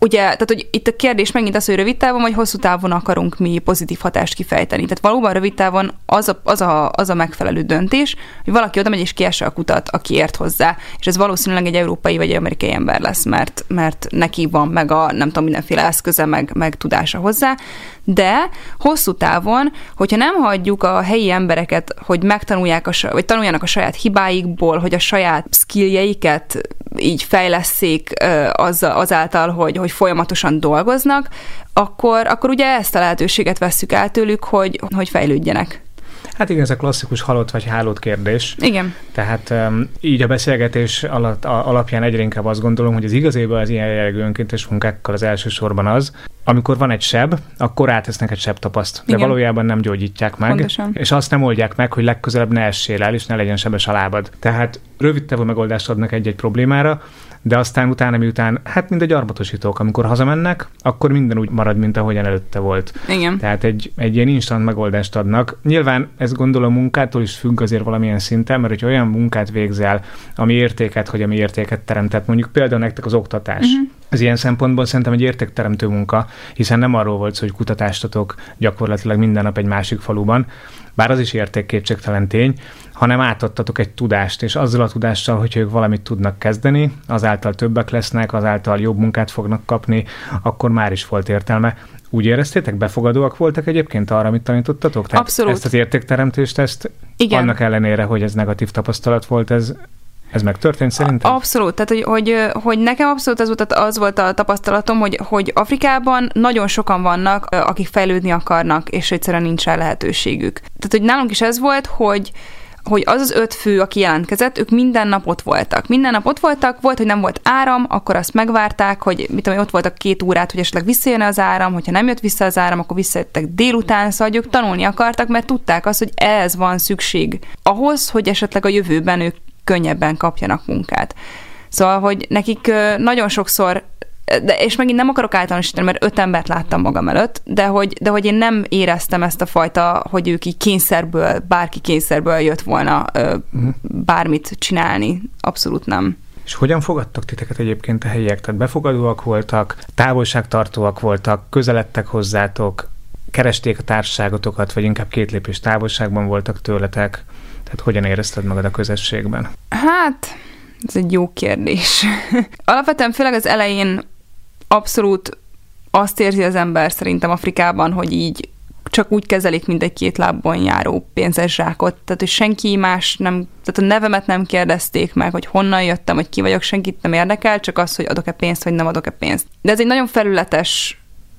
ugye, tehát hogy itt a kérdés megint az, hogy rövid távon vagy hosszú távon akarunk mi pozitív hatást kifejteni. Tehát valóban rövid távon az a, az a, az a megfelelő döntés, hogy valaki oda megy és kiesse a kutat, aki ért hozzá, és ez valószínűleg egy európai vagy amerikai ember lesz, mert, mert neki van meg a nem tudom, mindenféle eszköze, meg, meg tudása hozzá, de hosszú távon, hogyha nem hagyjuk a helyi embereket, hogy megtanulják, a, vagy tanuljanak a saját hibáikból, hogy a saját skilljeiket így fejlesszék az, azáltal, hogy, hogy folyamatosan dolgoznak, akkor, akkor ugye ezt a lehetőséget vesszük el tőlük, hogy, hogy fejlődjenek. Hát igen, ez a klasszikus halott vagy hálót kérdés. Igen. Tehát um, így a beszélgetés alatt, a, alapján egyre inkább azt gondolom, hogy az igazében az ilyen jellegű önkéntes munkákkal az elsősorban az, amikor van egy seb, akkor átesznek egy sebtapaszt, de igen. valójában nem gyógyítják meg, pontosan. És azt nem oldják meg, hogy legközelebb ne essél el, és ne legyen sebes a lábad. Tehát rövid távú megoldást adnak egy-egy problémára, de aztán utána, miután, hát mint a gyarmatosítók, amikor hazamennek, akkor minden úgy marad, mint ahogyan előtte volt. Igen. Tehát egy, egy ilyen instant megoldást adnak. Nyilván ez gondolom munkától is függ azért valamilyen szinten, mert hogyha olyan munkát végzel, ami értéket, hogy ami értéket teremtett, mondjuk például nektek az oktatás. Uh-huh. Ez ilyen szempontból szerintem egy értékteremtő munka, hiszen nem arról volt szó, hogy kutatástatok gyakorlatilag minden nap egy másik faluban, bár az is értékkétségtelen tény, hanem átadtatok egy tudást, és azzal a tudással, hogyha ők valamit tudnak kezdeni, azáltal többek lesznek, azáltal jobb munkát fognak kapni, akkor már is volt értelme. Úgy éreztétek, befogadóak voltak egyébként arra, amit tanítottatok? Tehát abszolút. Ezt az értékteremtést, ezt igen. annak ellenére, hogy ez negatív tapasztalat volt, ez Ez megtörtént szerintem? Abszolút, tehát hogy, hogy, hogy nekem abszolút az volt, az volt a tapasztalatom, hogy, hogy Afrikában nagyon sokan vannak, akik fejlődni akarnak, és egyszerűen nincs rá lehetőségük. Tehát, hogy nálunk is ez volt, hogy hogy az az öt fő, aki jelentkezett, ők minden nap ott voltak. Minden nap ott voltak, volt, hogy nem volt áram, akkor azt megvárták, hogy mit tudom, ott voltak két órát, hogy esetleg visszajönne az áram, hogyha nem jött vissza az áram, akkor visszajöttek délután, szóval ők tanulni akartak, mert tudták azt, hogy ez van szükség ahhoz, hogy esetleg a jövőben ők könnyebben kapjanak munkát. Szóval, hogy nekik nagyon sokszor, de, és megint nem akarok általánosítani, mert öt embert láttam magam előtt, de hogy, de hogy én nem éreztem ezt a fajta, hogy ők így kényszerből, bárki kényszerből jött volna uh-huh. bármit csinálni. Abszolút nem. És hogyan fogadtak titeket egyébként a helyiek? Tehát befogadóak voltak, távolságtartóak voltak, közeledtek hozzátok, keresték a társaságotokat, vagy inkább két lépés távolságban voltak tőletek? Tehát hogyan érezted magad a közösségben? Hát, ez egy jó kérdés. Alapvetően főleg az elején abszolút azt érzi az ember szerintem Afrikában, hogy így csak úgy kezelik, mint egy két lábon járó pénzes zsákot. Tehát, hogy senki más nem, tehát a nevemet nem kérdezték meg, hogy honnan jöttem, hogy ki vagyok, senkit nem érdekel, csak az, hogy adok-e pénzt, vagy nem adok-e pénzt. De ez egy nagyon felületes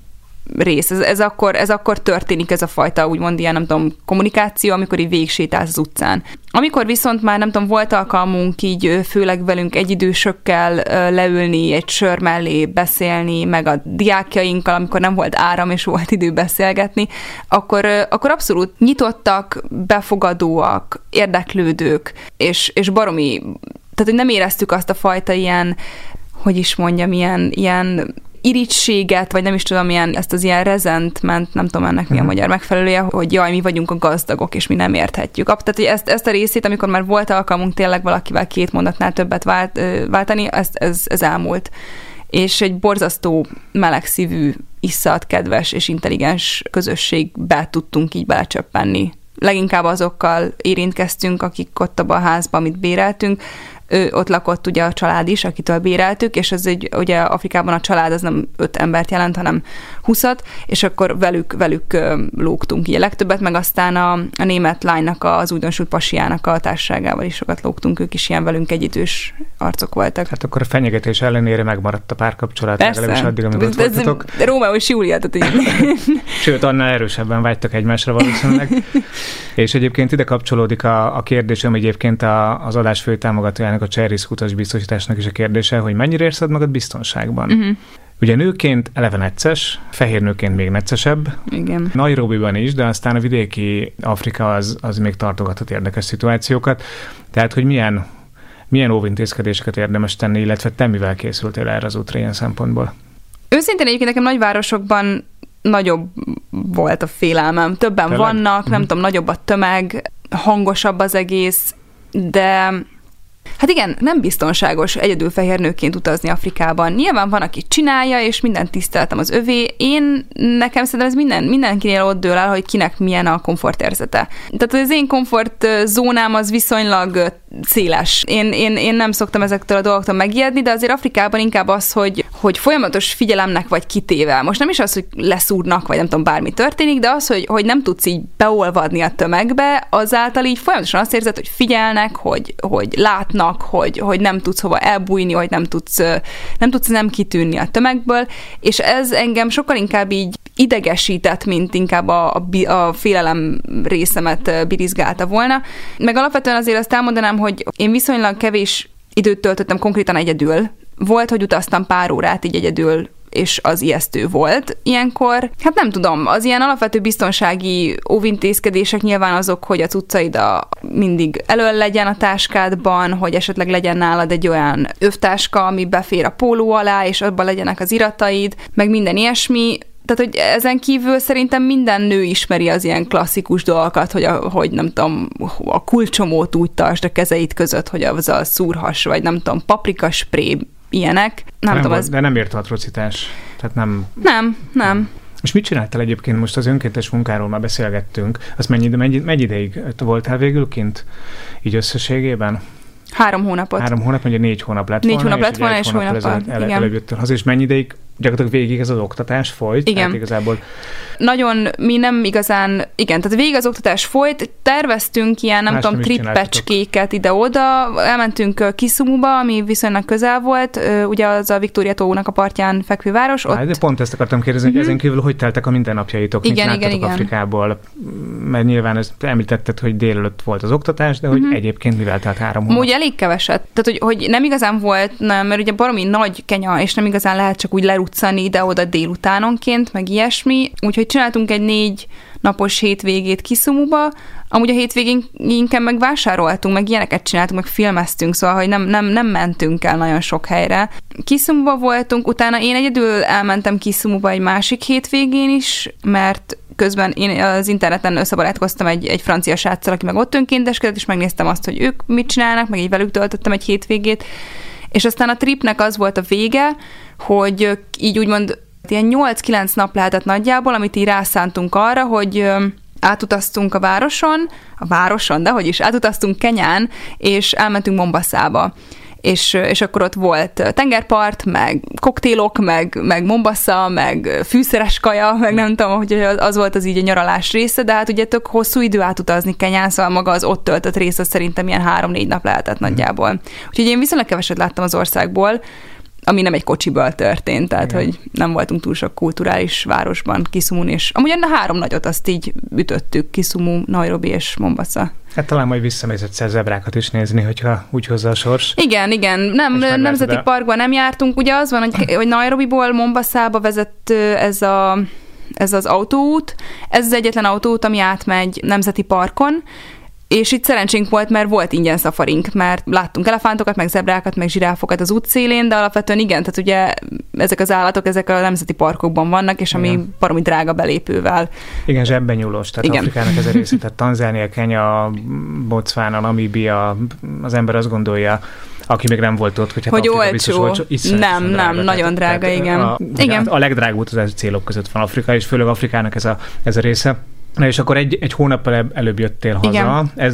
rész. Ez, ez, akkor, ez akkor történik ez a fajta, úgymond ilyen, nem tudom, kommunikáció, amikor így végigsétálsz az utcán. Amikor viszont már, nem tudom, volt alkalmunk így főleg velünk egyidősökkel leülni, egy sör mellé beszélni, meg a diákjainkkal, amikor nem volt áram és volt idő beszélgetni, akkor, akkor abszolút nyitottak, befogadóak, érdeklődők, és, és baromi, tehát hogy nem éreztük azt a fajta ilyen, hogy is mondjam, ilyen, ilyen irítséget, vagy nem is tudom, ilyen, ezt az ilyen resentment, nem tudom ennek mi a magyar megfelelője, hogy jaj, mi vagyunk a gazdagok, és mi nem érthetjük. Tehát, hogy ezt, ezt a részét, amikor már volt alkalmunk tényleg valakivel két mondatnál többet vált, váltani, ez, ez, ez elmúlt. És egy borzasztó melegszívű, iszat, kedves és intelligens közösségbe tudtunk így belecsöppenni. Leginkább azokkal érintkeztünk, akik ott abban a házban, amit béreltünk. Ő, ott lakott ugye a család is, akitől béreltük, és ez egy, ugye Afrikában a család az nem öt embert jelent, hanem húszat, és akkor velük, velük lógtunk így a legtöbbet, meg aztán a, a német lánynak, az újdonsült pasiának a társaságával is sokat lógtunk, ők is ilyen velünk egyidős arcok voltak. Hát akkor a fenyegetés ellenére megmaradt a párkapcsolat, legalábbis addig, amíg ott voltatok. Rómeó és Júlia, tehát így. Sőt, annál erősebben vágytak egymásra valószínűleg. És egyébként ide kapcsolódik a, a kérdésem, egyébként a, az adás fő támogatójának, a Cserrisk utasbiztosításnak is a kérdése, hogy mennyire érzed magad biztonságban. Uh-huh. Ugye nőként eleve necces, fehér nőként még neccesebb. Igen. Nairobiban is, de aztán a vidéki Afrika az, az még tartogathat érdekes szituációkat. Tehát, hogy milyen, milyen óvintézkedéseket érdemes tenni, illetve te mivel készültél erre az útra ilyen szempontból? Őszintén egyébként nekem nagyvárosokban nagyobb volt a félelmem. Többen Tényleg? vannak, nem uh-huh. tudom, nagyobb a tömeg, hangosabb az egész, de Hát igen, nem biztonságos egyedül fehér nőként utazni Afrikában. Nyilván van, aki csinálja, és minden tiszteletem az övé. Én, nekem szerintem ez minden, mindenkinél ott dől el, hogy kinek milyen a komfortérzete. Tehát az én komfortzónám az viszonylag széles. Én, én, én nem szoktam ezektől a dolgoktól megijedni, de azért Afrikában inkább az, hogy, hogy folyamatos figyelemnek vagy kitéve. Most nem is az, hogy leszúrnak, vagy nem tudom, bármi történik, de az, hogy, hogy nem tudsz így beolvadni a tömegbe, azáltal így folyamatosan azt érzed, hogy figyelnek, hogy, hogy látnak, hogy, hogy nem tudsz hova elbújni, hogy nem tudsz, nem tudsz nem kitűnni a tömegből, és ez engem sokkal inkább így idegesített, mint inkább a, a, a félelem részemet birizgálta volna. Meg alapvetően azért azt elmondanám, hogy én viszonylag kevés időt töltöttem konkrétan egyedül. Volt, hogy utaztam pár órát így egyedül, és az ijesztő volt. Ilyenkor, hát nem tudom, az ilyen alapvető biztonsági óvintézkedések nyilván azok, hogy a cuccaid a mindig elől legyen a táskádban, hogy esetleg legyen nálad egy olyan övtáska, ami befér a póló alá, és abban legyenek az irataid, meg minden ilyesmi. Tehát, hogy ezen kívül szerintem minden nő ismeri az ilyen klasszikus dolgokat, hogy, a, hogy nem tudom, a kulcsomót úgy tartsd a kezeid között, hogy az a szúrhas, vagy nem tudom, paprikaspré, ilyenek. Nem, nem tudom, volt, ez... De nem ért atrocitás. Tehát nem... Nem, nem. És mit csináltál egyébként? Most az önkéntes munkáról már beszélgettünk. Azt mennyi, mennyi, mennyi ideig voltál végül kint? Így összességében? Három hónapot. Három hónap, mondja négy hónap lett négy volna. Négy hónap lett volna, és hónappal. El, előbb jöttél haza, és mennyi ideig gyakorlatilag végig ez az oktatás folyt? Igen. Tehát igazából... Nagyon, mi nem igazán, igen, tehát végig az oktatás folyt, terveztünk ilyen, nem Más tudom, nem trippecskéket ide-oda, elmentünk Kisumuba, ami viszonylag közel volt, ugye az a Victoria tónak a partján fekvő város. Ott... De pont ezt akartam kérdezni, uh-huh. hogy ezen kívül hogy teltek a mindennapjaitok, igen, mit igen, igen. Afrikából, mert nyilván ezt említetted, hogy délelőtt volt az oktatás, de hogy uh-huh. egyébként mivel telt három hónap? Úgy elég keveset, tehát hogy, hogy nem igazán volt, nem, mert ugye baromi nagy Kenya, és nem igazán lehet csak úgy leruccani ide-oda délutánonként, meg ilyesmi, úgyhogy csináltunk egy négy napos hétvégét Kisumuba, amúgy a hétvégénken meg vásároltunk, meg ilyeneket csináltunk, meg filmeztünk, szóval, hogy nem, nem, nem mentünk el nagyon sok helyre. Kisumuba voltunk, utána én egyedül elmentem Kisumuba egy másik hétvégén is, mert közben én az interneten összebarátkoztam egy, egy francia sráccal, aki meg ott önkénteskedett, és megnéztem azt, hogy ők mit csinálnak, meg így velük töltöttem egy hétvégét, és aztán a tripnek az volt a vége, hogy így úgymond ilyen nyolc-kilenc nap lehetett nagyjából, amit így rászántunk arra, hogy átutaztunk a városon, a városon, de hogy is, átutaztunk Kenyán, és elmentünk Mombaszába. És, és akkor ott volt tengerpart, meg koktélok, meg, meg Mombasa, meg fűszeres kaja, meg nem tudom, hogy az volt az így a nyaralás része, de hát ugye tök hosszú idő átutazni Kenyán, szóval maga az ott töltött része szerintem ilyen három-négy nap lehetett nagyjából. Úgyhogy én viszonylag keveset láttam az országból, ami nem egy kocsiból történt, tehát igen. Hogy nem voltunk túl sok kulturális városban, Kisumun, és amúgy a három nagyot azt így ütöttük, Kisumu, Nairobi és Mombasa. Hát talán majd visszamész egyszer zebrákat is nézni, hogyha úgy hozza a sors. Igen, igen. Nem, nemzeti parkban nem jártunk. Ugye az van, hogy, hogy Nairobiból Mombaszába vezet ez, a, ez az autóút. Ez az egyetlen autóút, ami átmegy nemzeti parkon, és itt szerencsénk volt, mert volt ingyen szafarink, mert láttunk elefántokat, meg zebrákat, meg zsiráfokat az útszélén, de alapvetően igen, tehát ugye ezek az állatok, ezek a nemzeti parkokban vannak, és ami igen. baromi drága belépővel. Igen, zsebben nyúlós, tehát igen. Afrikának ez a része, tehát Tanzánia, Kenya, Botswana, Namíbia, az ember azt gondolja, aki még nem volt ott, hogy hát hogy Afrika biztos olcsó. Nem, nem, drága, nagyon drága, tehát, igen. A, igen. A legdrágább utazási célok között van Afrika, és főleg Afrikának ez a, ez a része. Na és akkor egy, egy hónappal előbb jöttél haza. Igen. Ez,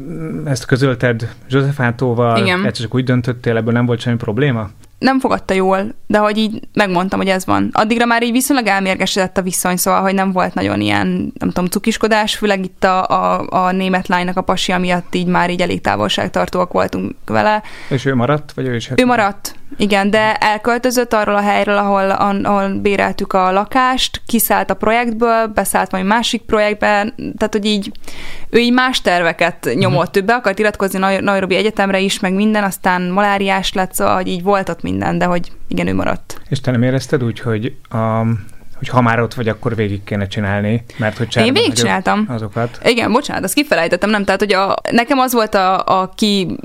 ezt közölted Józsefátóval, egyszer csak úgy döntöttél, ebből nem volt semmi probléma? Nem fogadta jól, de hogy így megmondtam, hogy ez van. Addigra már így viszonylag elmérgesedett a viszony, szóval, hogy nem volt nagyon ilyen, nem tudom, cukiskodás, főleg itt a, a, a német lánynak a pasia miatt így már így elég távolságtartóak voltunk vele. És ő maradt? Vagy ő is? Ő maradt, igen, de elköltözött arról a helyről, ahol, ahol béreltük a lakást, kiszállt a projektből, beszállt valami másik projektbe, tehát, hogy így ő így más terveket nyomott, ő be akart iratkozni Nairobi Egyetemre is, meg minden, aztán maláriás lett, szóval, hogy így volt ott minden, de hogy igen, ő maradt. És te nem érezted úgy, hogy, um, hogy ha már ott vagy, akkor végig kéne csinálni, mert hogy én végig csináltam. Azokat. Igen, bocsánat, azt kifelejtettem, nem, tehát hogy a, nekem az volt a, a ki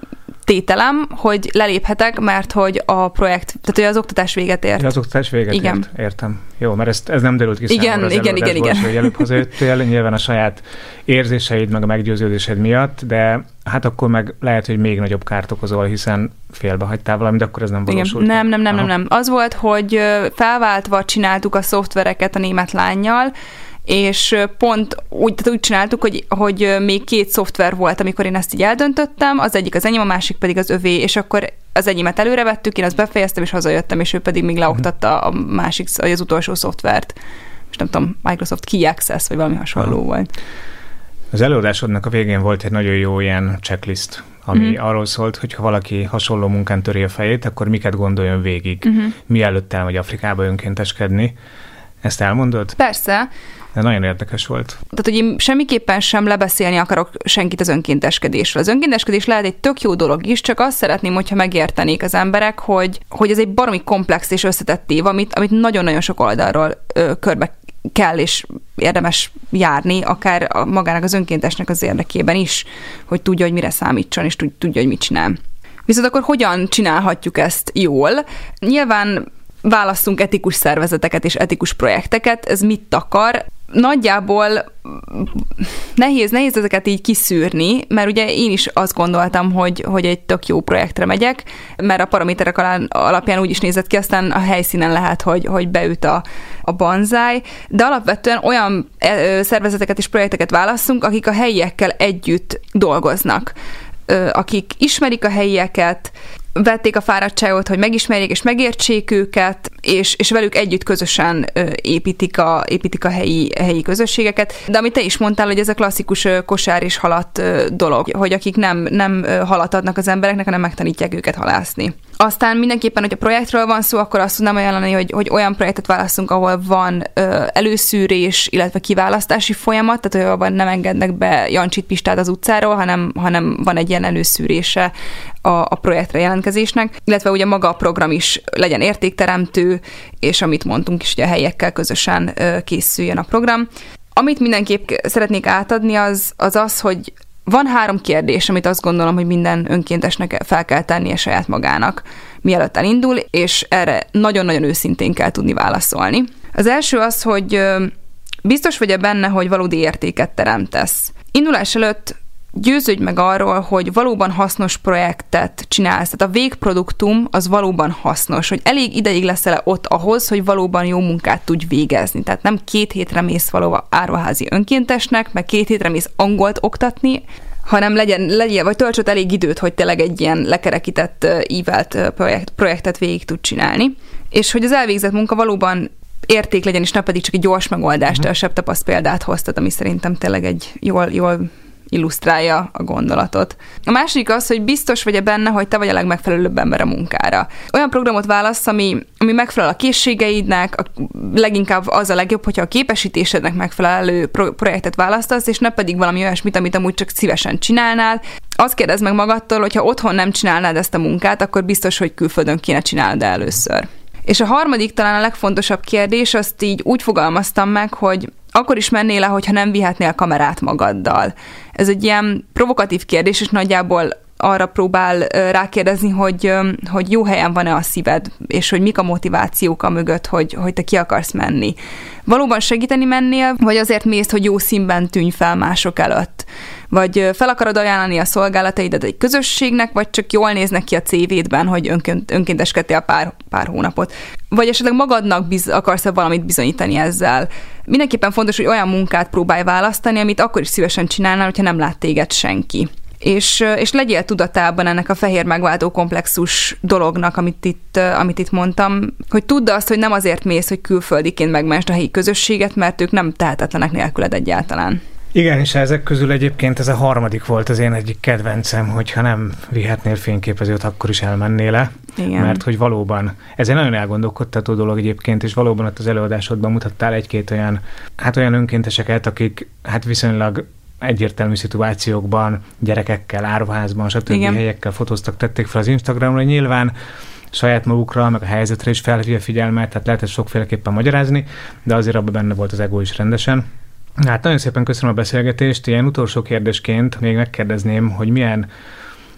tételem, hogy leléphetek, mert hogy a projekt, tehát hogy az oktatás véget ért. Ja, az oktatás véget igen. ért, értem. Jó, mert ez, ez nem derült ki igen, számomra az igen, igen, igen. hogy előbb hazajöttél, nyilván a saját érzéseid, meg a meggyőződésed miatt, de hát akkor meg lehet, hogy még nagyobb kárt okozol, hiszen félbehagytál valamit, de akkor ez nem valósult. Igen. Nem, nem, nem, nem, nem. Az volt, hogy felváltva csináltuk a szoftvereket a német lánnyal, és pont úgy, tehát úgy csináltuk, hogy, hogy még két szoftver volt, amikor én ezt így eldöntöttem, az egyik az enyém, a másik pedig az övé, és akkor az enyémet előre vettük, én azt befejeztem, és hazajöttem, és ő pedig még leoktatta a másik, vagy az utolsó szoftvert. Most nem tudom, Microsoft Key Access, vagy valami hasonló Aha. volt. Az előadásodnak a végén volt egy nagyon jó ilyen checklist, ami uh-huh. arról szólt, hogy ha valaki hasonló munkán töri a fejét, akkor miket gondoljon végig, uh-huh. mielőtt elmegy Afrikába önkénteskedni. Ezt elmondod? Persze. De nagyon érdekes volt. Tehát, hogy én semmiképpen sem lebeszélni akarok senkit az önkénteskedésről. Az önkénteskedés lehet egy tök jó dolog is, csak azt szeretném, hogyha megértenék az emberek, hogy, hogy ez egy baromi komplex és összetett tév, amit, amit nagyon-nagyon sok oldalról ö, körbe kell és érdemes járni, akár a, magának az önkéntesnek az érdekében is, hogy tudja, hogy mire számítson, és tudja, hogy mit csinál. Viszont akkor hogyan csinálhatjuk ezt jól? Nyilván válasszunk etikus szervezeteket és etikus projekteket, ez mit akar? Nagyjából nehéz, nehéz ezeket így kiszűrni, mert ugye én is azt gondoltam, hogy, hogy egy tök jó projektre megyek, mert a paraméterek alapján úgy is nézett ki, aztán a helyszínen lehet, hogy, hogy beüt a, a banzáj, de alapvetően olyan szervezeteket és projekteket válasszunk, akik a helyiekkel együtt dolgoznak, akik ismerik a helyieket, vették a fáradtságot, hogy megismerjék és megértsék őket, és, és velük együtt közösen építik a, építik a helyi, helyi közösségeket. De amit te is mondtál, hogy ez a klasszikus kosár és halat dolog, hogy akik nem, nem halat adnak az embereknek, hanem megtanítják őket halászni. Aztán mindenképpen, hogy a projektről van szó, akkor azt tudnám ajánlani, hogy, hogy olyan projektet választunk, ahol van ö, előszűrés, illetve kiválasztási folyamat, tehát abban nem engednek be Jancsit, Pistát az utcáról, hanem, hanem van egy ilyen előszűrése a, a projektre jelentkezésnek, illetve ugye maga a program is legyen értékteremtő, és amit mondtunk is, hogy a helyiekkel közösen ö, készüljön a program. Amit mindenképp szeretnék átadni, az az, az hogy van három kérdés, amit azt gondolom, hogy minden önkéntesnek fel kell tennie saját magának, mielőtt elindul, és erre nagyon-nagyon őszintén kell tudni válaszolni. Az első az, hogy biztos vagy-e benne, hogy valódi értéket teremtesz. Indulás előtt győződj meg arról, hogy valóban hasznos projektet csinálsz. Tehát a végproduktum az valóban hasznos, hogy elég ideig leszel ott ahhoz, hogy valóban jó munkát tudj végezni. Tehát nem két hétre mész valóban árvaházi önkéntesnek, meg két hétre mész angolt oktatni, hanem legyen, legyen, vagy töltsd elég időt, hogy tényleg egy ilyen lekerekített, ívelt projekt, projektet végig tud csinálni. És hogy az elvégzett munka valóban érték legyen, és ne pedig csak egy gyors megoldást, uh-huh. a sebtapaszt példát hoztad, ami szerintem tényleg egy jól, jól illusztrálja a gondolatot. A második az, hogy biztos vagy-e benne, hogy te vagy a legmegfelelőbb ember a munkára. Olyan programot válasz, ami, ami megfelel a készségeidnek, a, leginkább az a legjobb, hogyha a képesítésednek megfelelő pro- projektet választasz, és ne pedig valami olyasmit, amit amúgy csak szívesen csinálnál. Azt kérdezd meg magadtól, hogyha otthon nem csinálnád ezt a munkát, akkor biztos, hogy külföldön kéne csinálnod először. És a harmadik, talán a legfontosabb kérdés, azt így úgy fogalmaztam meg, hogy akkor is mennél le, hogyha nem vihetnél kamerát magaddal. Ez egy ilyen provokatív kérdés, és nagyjából arra próbál rákérdezni, hogy, hogy jó helyen van-e a szíved, és hogy mik a motivációk a mögött, hogy, hogy te ki akarsz menni. Valóban segíteni mennél, vagy azért mész, hogy jó színben tűnj fel mások előtt? Vagy fel akarod ajánlani a szolgálataidat egy közösségnek, vagy csak jól néznek ki a cé védben, hogy önként, önkénteskedtél pár, pár hónapot? Vagy esetleg magadnak biz, akarsz-e valamit bizonyítani ezzel? Mindenképpen fontos, hogy olyan munkát próbálj választani, amit akkor is szívesen csinálnál, hogyha nem lát téged senki. És, és legyél tudatában ennek a fehér megváltó komplexus dolognak, amit itt, amit itt mondtam, hogy tudd azt, hogy nem azért mész, hogy külföldiként megmentsd a helyi közösséget, mert ők nem tehetetlenek nélküled egyáltalán. Igen, és ezek közül egyébként ez a harmadik volt az én egyik kedvencem, hogyha nem vihetnél fényképezőt, akkor is elmennél le. Igen. Mert hogy valóban, ez egy nagyon elgondolkodtató dolog egyébként, és valóban ott az előadásodban mutattál egy-két olyan, hát olyan önkénteseket, akik hát viszonylag egyértelmű szituációkban, gyerekekkel, árvaházban, stb. Igen. helyekkel fotóztak, tették fel az Instagramra, nyilván saját magukra, meg a helyzetre is felhívja figyelmet, tehát lehet ezt sokféleképpen magyarázni, de azért abban benne volt az ego is rendesen. Hát nagyon szépen köszönöm a beszélgetést, ilyen utolsó kérdésként még megkérdezném, hogy milyen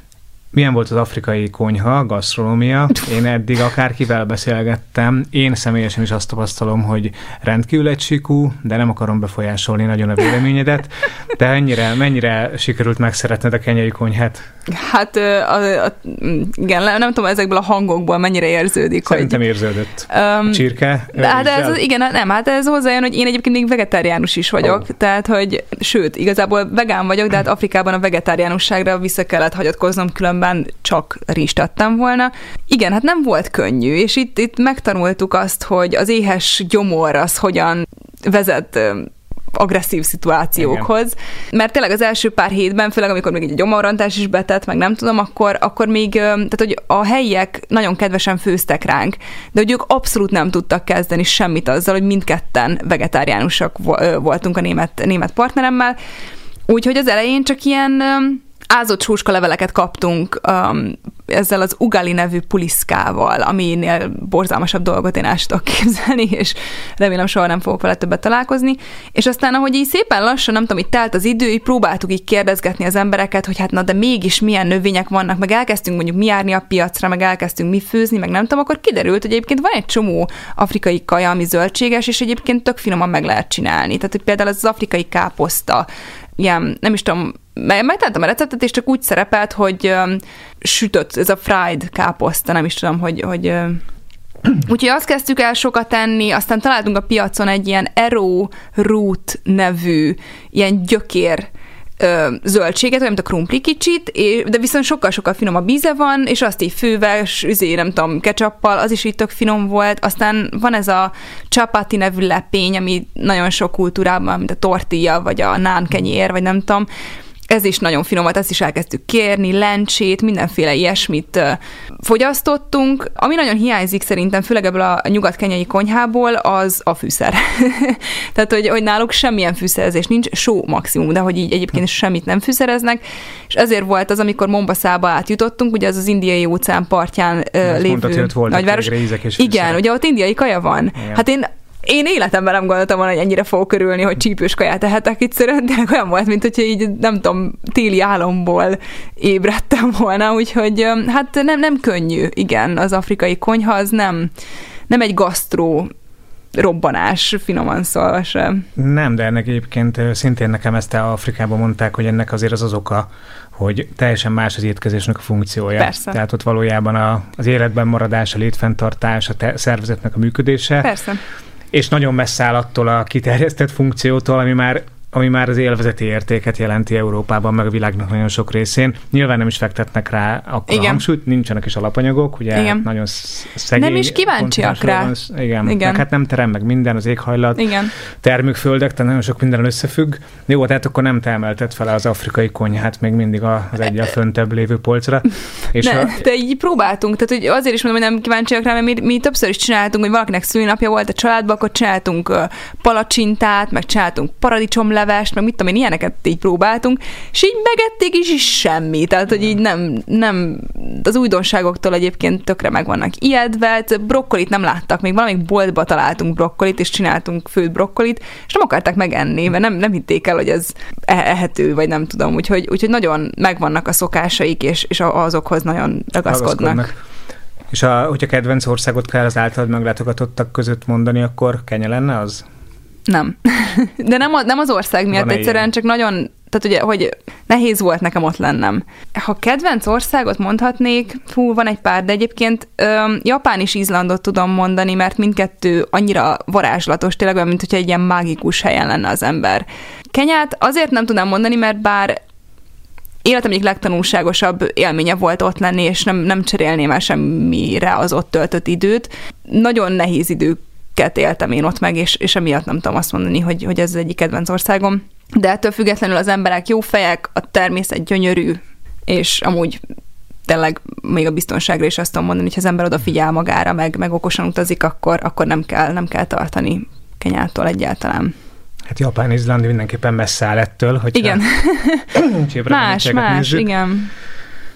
Milyen volt az afrikai konyha, gasztronómia? Én eddig akárkivel beszélgettem. Én személyesen is azt tapasztalom, hogy rendkívül egysíkú, de nem akarom befolyásolni nagyon a véleményedet. De mennyire, mennyire sikerült megszeretned a kenyai konyhát? Hát a, a, igen, nem tudom, ezekből a hangokból mennyire érződik. Szerintem hogy, érződött. Um, Csirke? Hát ez, igen, nem, hát ez hozzájön, hogy én egyébként még vegetáriánus is vagyok, oh. tehát, hogy sőt, igazából vegán vagyok, de hát Afrikában a vegetáriánusságra vissza kellett hagyatkoznom, különben csak rizst adtam volna. Igen, hát nem volt könnyű, és itt, itt megtanultuk azt, hogy az éhes gyomor az hogyan vezet agresszív szituációkhoz. Igen. Mert tényleg az első pár hétben, főleg amikor még egy gyomorrantás is betett, meg nem tudom, akkor, akkor még, tehát hogy a helyiek nagyon kedvesen főztek ránk, de hogy ők abszolút nem tudtak kezdeni semmit azzal, hogy mindketten vegetáriánusok voltunk a német, német partneremmel. Úgyhogy az elején csak ilyen ázott húskaleveleket kaptunk um, ezzel az ugali nevű puliszkával, aminél borzalmasabb dolgot én el tudok képzelni, és remélem soha nem fogok vele többet találkozni. És aztán, ahogy így szépen lassan, nem tudom, így telt az idő, így próbáltuk így kérdezgetni az embereket, hogy hát na, de mégis milyen növények vannak, meg elkezdtünk mondjuk mi járni a piacra, meg elkezdtünk mi főzni, meg nem tudom, akkor kiderült, hogy egyébként van egy csomó afrikai kaja, ami zöldséges, és egyébként tök finoman meg lehet csinálni. Tehát, hogy például az afrikai káposzta, ilyen, nem is tudom, megtaláltam a receptet, és csak úgy szerepelt, hogy um, sütött, ez a fried káposzta, nem is tudom, hogy... hogy uh... Úgyhogy azt kezdtük el sokat enni, aztán találtunk a piacon egy ilyen arrowroot nevű, ilyen gyökér ö, zöldséget, olyan, mint a krumpli kicsit, és, de viszont sokkal-sokkal finomabb íze van, és azt így fővel, üzé, nem tudom, ketchuppal, az is így tök finom volt. Aztán van ez a chapati nevű lepény, ami nagyon sok kultúrában, mint a tortilla, vagy a nánkenyér, vagy nem tudom, ez is nagyon finom volt, ezt is elkezdtük kérni, lencsét, mindenféle ilyesmit uh, fogyasztottunk. Ami nagyon hiányzik szerintem, főleg ebből a nyugat-kenyai konyhából, az a fűszer. Tehát, hogy, hogy náluk semmilyen fűszerezés nincs, só maximum, de hogy így egyébként semmit nem fűszereznek, és ezért volt az, amikor Mombaszába átjutottunk, ugye az az indiai óceán partján uh, lévő mondtad, nagyváros. Igen, ugye ott indiai kaja van. Igen. Hát én Én életemben nem gondoltam volna, hogy ennyire fogok örülni, hogy csípős kaját ehetek itt szerint, de olyan volt, mint hogyha így, nem tudom, téli álomból ébredtem volna, úgyhogy hát nem, nem könnyű, igen, az afrikai konyha, az nem, nem egy gasztró robbanás, finoman szólva sem. Nem, de ennek egyébként szintén nekem ezt Afrikában mondták, hogy ennek azért az az oka, hogy teljesen más az étkezésnek a funkciója. Persze. Tehát ott valójában a, az életben maradás, a létfenntartás, a te, szervezetnek a működése. Persze. És nagyon messze áll attól a kiterjesztett funkciótól, ami már, ami már az élvezeti értéket jelenti Európában, meg a világnak nagyon sok részén. Nyilván nem is fektetnek rá akkor a hangsúlyt, nincsenek is alapanyagok, ugye igen. nagyon szegény. Nem is kíváncsiak rá. Van, igen. igen. Hát nem terem meg minden, az éghajlat, igen. termőföldek, tehát nagyon sok minden összefügg. Jó, tehát akkor nem te emelted fel az afrikai konyhát még mindig az egyel föntebb lévő polcra. És ne, a... de így próbáltunk, tehát hogy azért is mondom, hogy nem kíváncsiak rá, mert mi, mi többször is csináltunk, hogy valakinek szülinapja volt a családban, akkor csináltunk palacsintát, meg csináltunk paradicsomlevest, meg mit tudom én, ilyeneket így próbáltunk, és így megették is, is semmi. Tehát, hogy így nem, nem az újdonságoktól egyébként tökre meg vannak ijedve, brokkolit nem láttak, még valamelyik boltba találtunk brokkolit, és csináltunk főtt brokkolit, és nem akarták megenni, mert nem, nem hitték el, hogy ez ehető, vagy nem tudom. Úgyhogy, úgyhogy nagyon megvannak a szokásaik, és, és azokhoz nagyon ragaszkodnak. ragaszkodnak. És a, hogyha kedvenc országot kell az általad meglátogatottak között mondani, akkor Kenya lenne az? Nem. De nem, a, nem az ország miatt, van egyszerűen ilyen? Csak nagyon, tehát ugye, hogy nehéz volt nekem ott lennem. Ha kedvenc országot mondhatnék, hú, van egy pár, de egyébként öm, Japán és Izlandot tudom mondani, mert mindkettő annyira varázslatos, tényleg olyan, mint hogyha egy ilyen mágikus helyen lenne az ember. Kenyát azért nem tudnám mondani, mert bár életem egyik legtanulságosabb élménye volt ott lenni, és nem, nem cserélném el semmire az ott töltött időt. Nagyon nehéz idők éltem én ott meg, és, és emiatt nem tudom azt mondani, hogy, hogy ez az egyik kedvenc országom. De ettől függetlenül az emberek jó fejek, a természet gyönyörű, és amúgy tényleg még a biztonságra is azt tudom mondani, hogy ha az ember odafigyel magára, meg, meg okosan utazik, akkor, akkor nem kell, nem kell tartani Kenyától egyáltalán. Hát Japán, Izland mindenképpen messze áll ettől, hogyha igen. más, más, nézzük. Igen.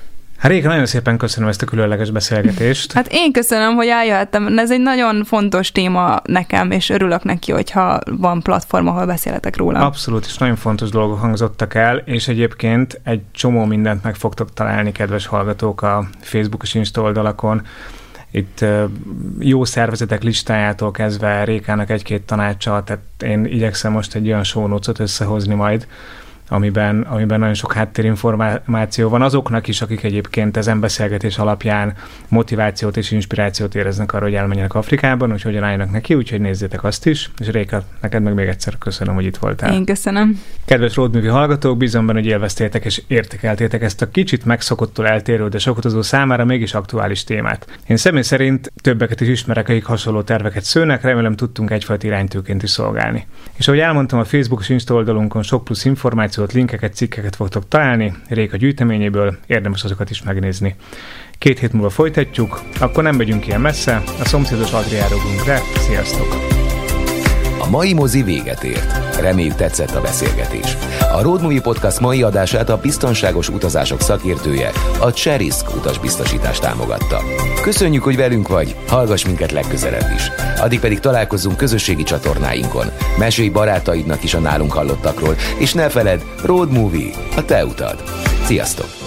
Hát Réka, nagyon szépen köszönöm ezt a különleges beszélgetést. Hát én köszönöm, hogy eljöttem. Ez egy nagyon fontos téma nekem, és örülök neki, hogyha van platform, ahol beszélhetek róla. Abszolút, és nagyon fontos dolgok hangzottak el, és egyébként egy csomó mindent meg fogtok találni, kedves hallgatók, a Facebook és Insta oldalakon. Itt jó szervezetek listájától kezdve Rékának egy-két tanácsa, tehát én igyekszem most egy olyan show notes-ot összehozni majd, amiben, amiben nagyon sok háttérinformáció van azoknak is, akik egyébként ezen beszélgetés alapján motivációt és inspirációt éreznek arra, hogy elmenjenek Afrikában, úgyhogy álljanak neki, úgyhogy nézzétek azt is. És Réka, neked meg még egyszer köszönöm, hogy itt voltál. Én köszönöm. Kedves Road Movie hallgatók, bízom benne, hogy élveztétek és értékeltétek ezt a kicsit megszokottól eltérő, de sok utazó számára mégis aktuális témát. Én személy szerint többeket is ismerek, akik hasonló terveket szőnek, remélem tudtunk egyfajta iránytűként is szolgálni. És ahogy elmondtam, a Facebook és Insta oldalunkon sok plusz információt, linkeket, cikkeket fogtok találni Réka gyűjteményéből, érdemes azokat is megnézni. Két hét múlva folytatjuk, akkor nem megyünk ilyen messze, a szomszédos Adriára ugrunk rá, sziasztok! A mai mozi véget ért. Reméljük tetszett a beszélgetés. A Road Movie Podcast mai adását a biztonságos utazások szakértője, a Cserisk utasbiztosítás támogatta. Köszönjük, hogy velünk vagy, hallgass minket legközelebb is. Addig pedig találkozzunk közösségi csatornáinkon. Mesélj barátaidnak is a nálunk hallottakról, és ne feledd, Road Movie, a te utad. Sziasztok!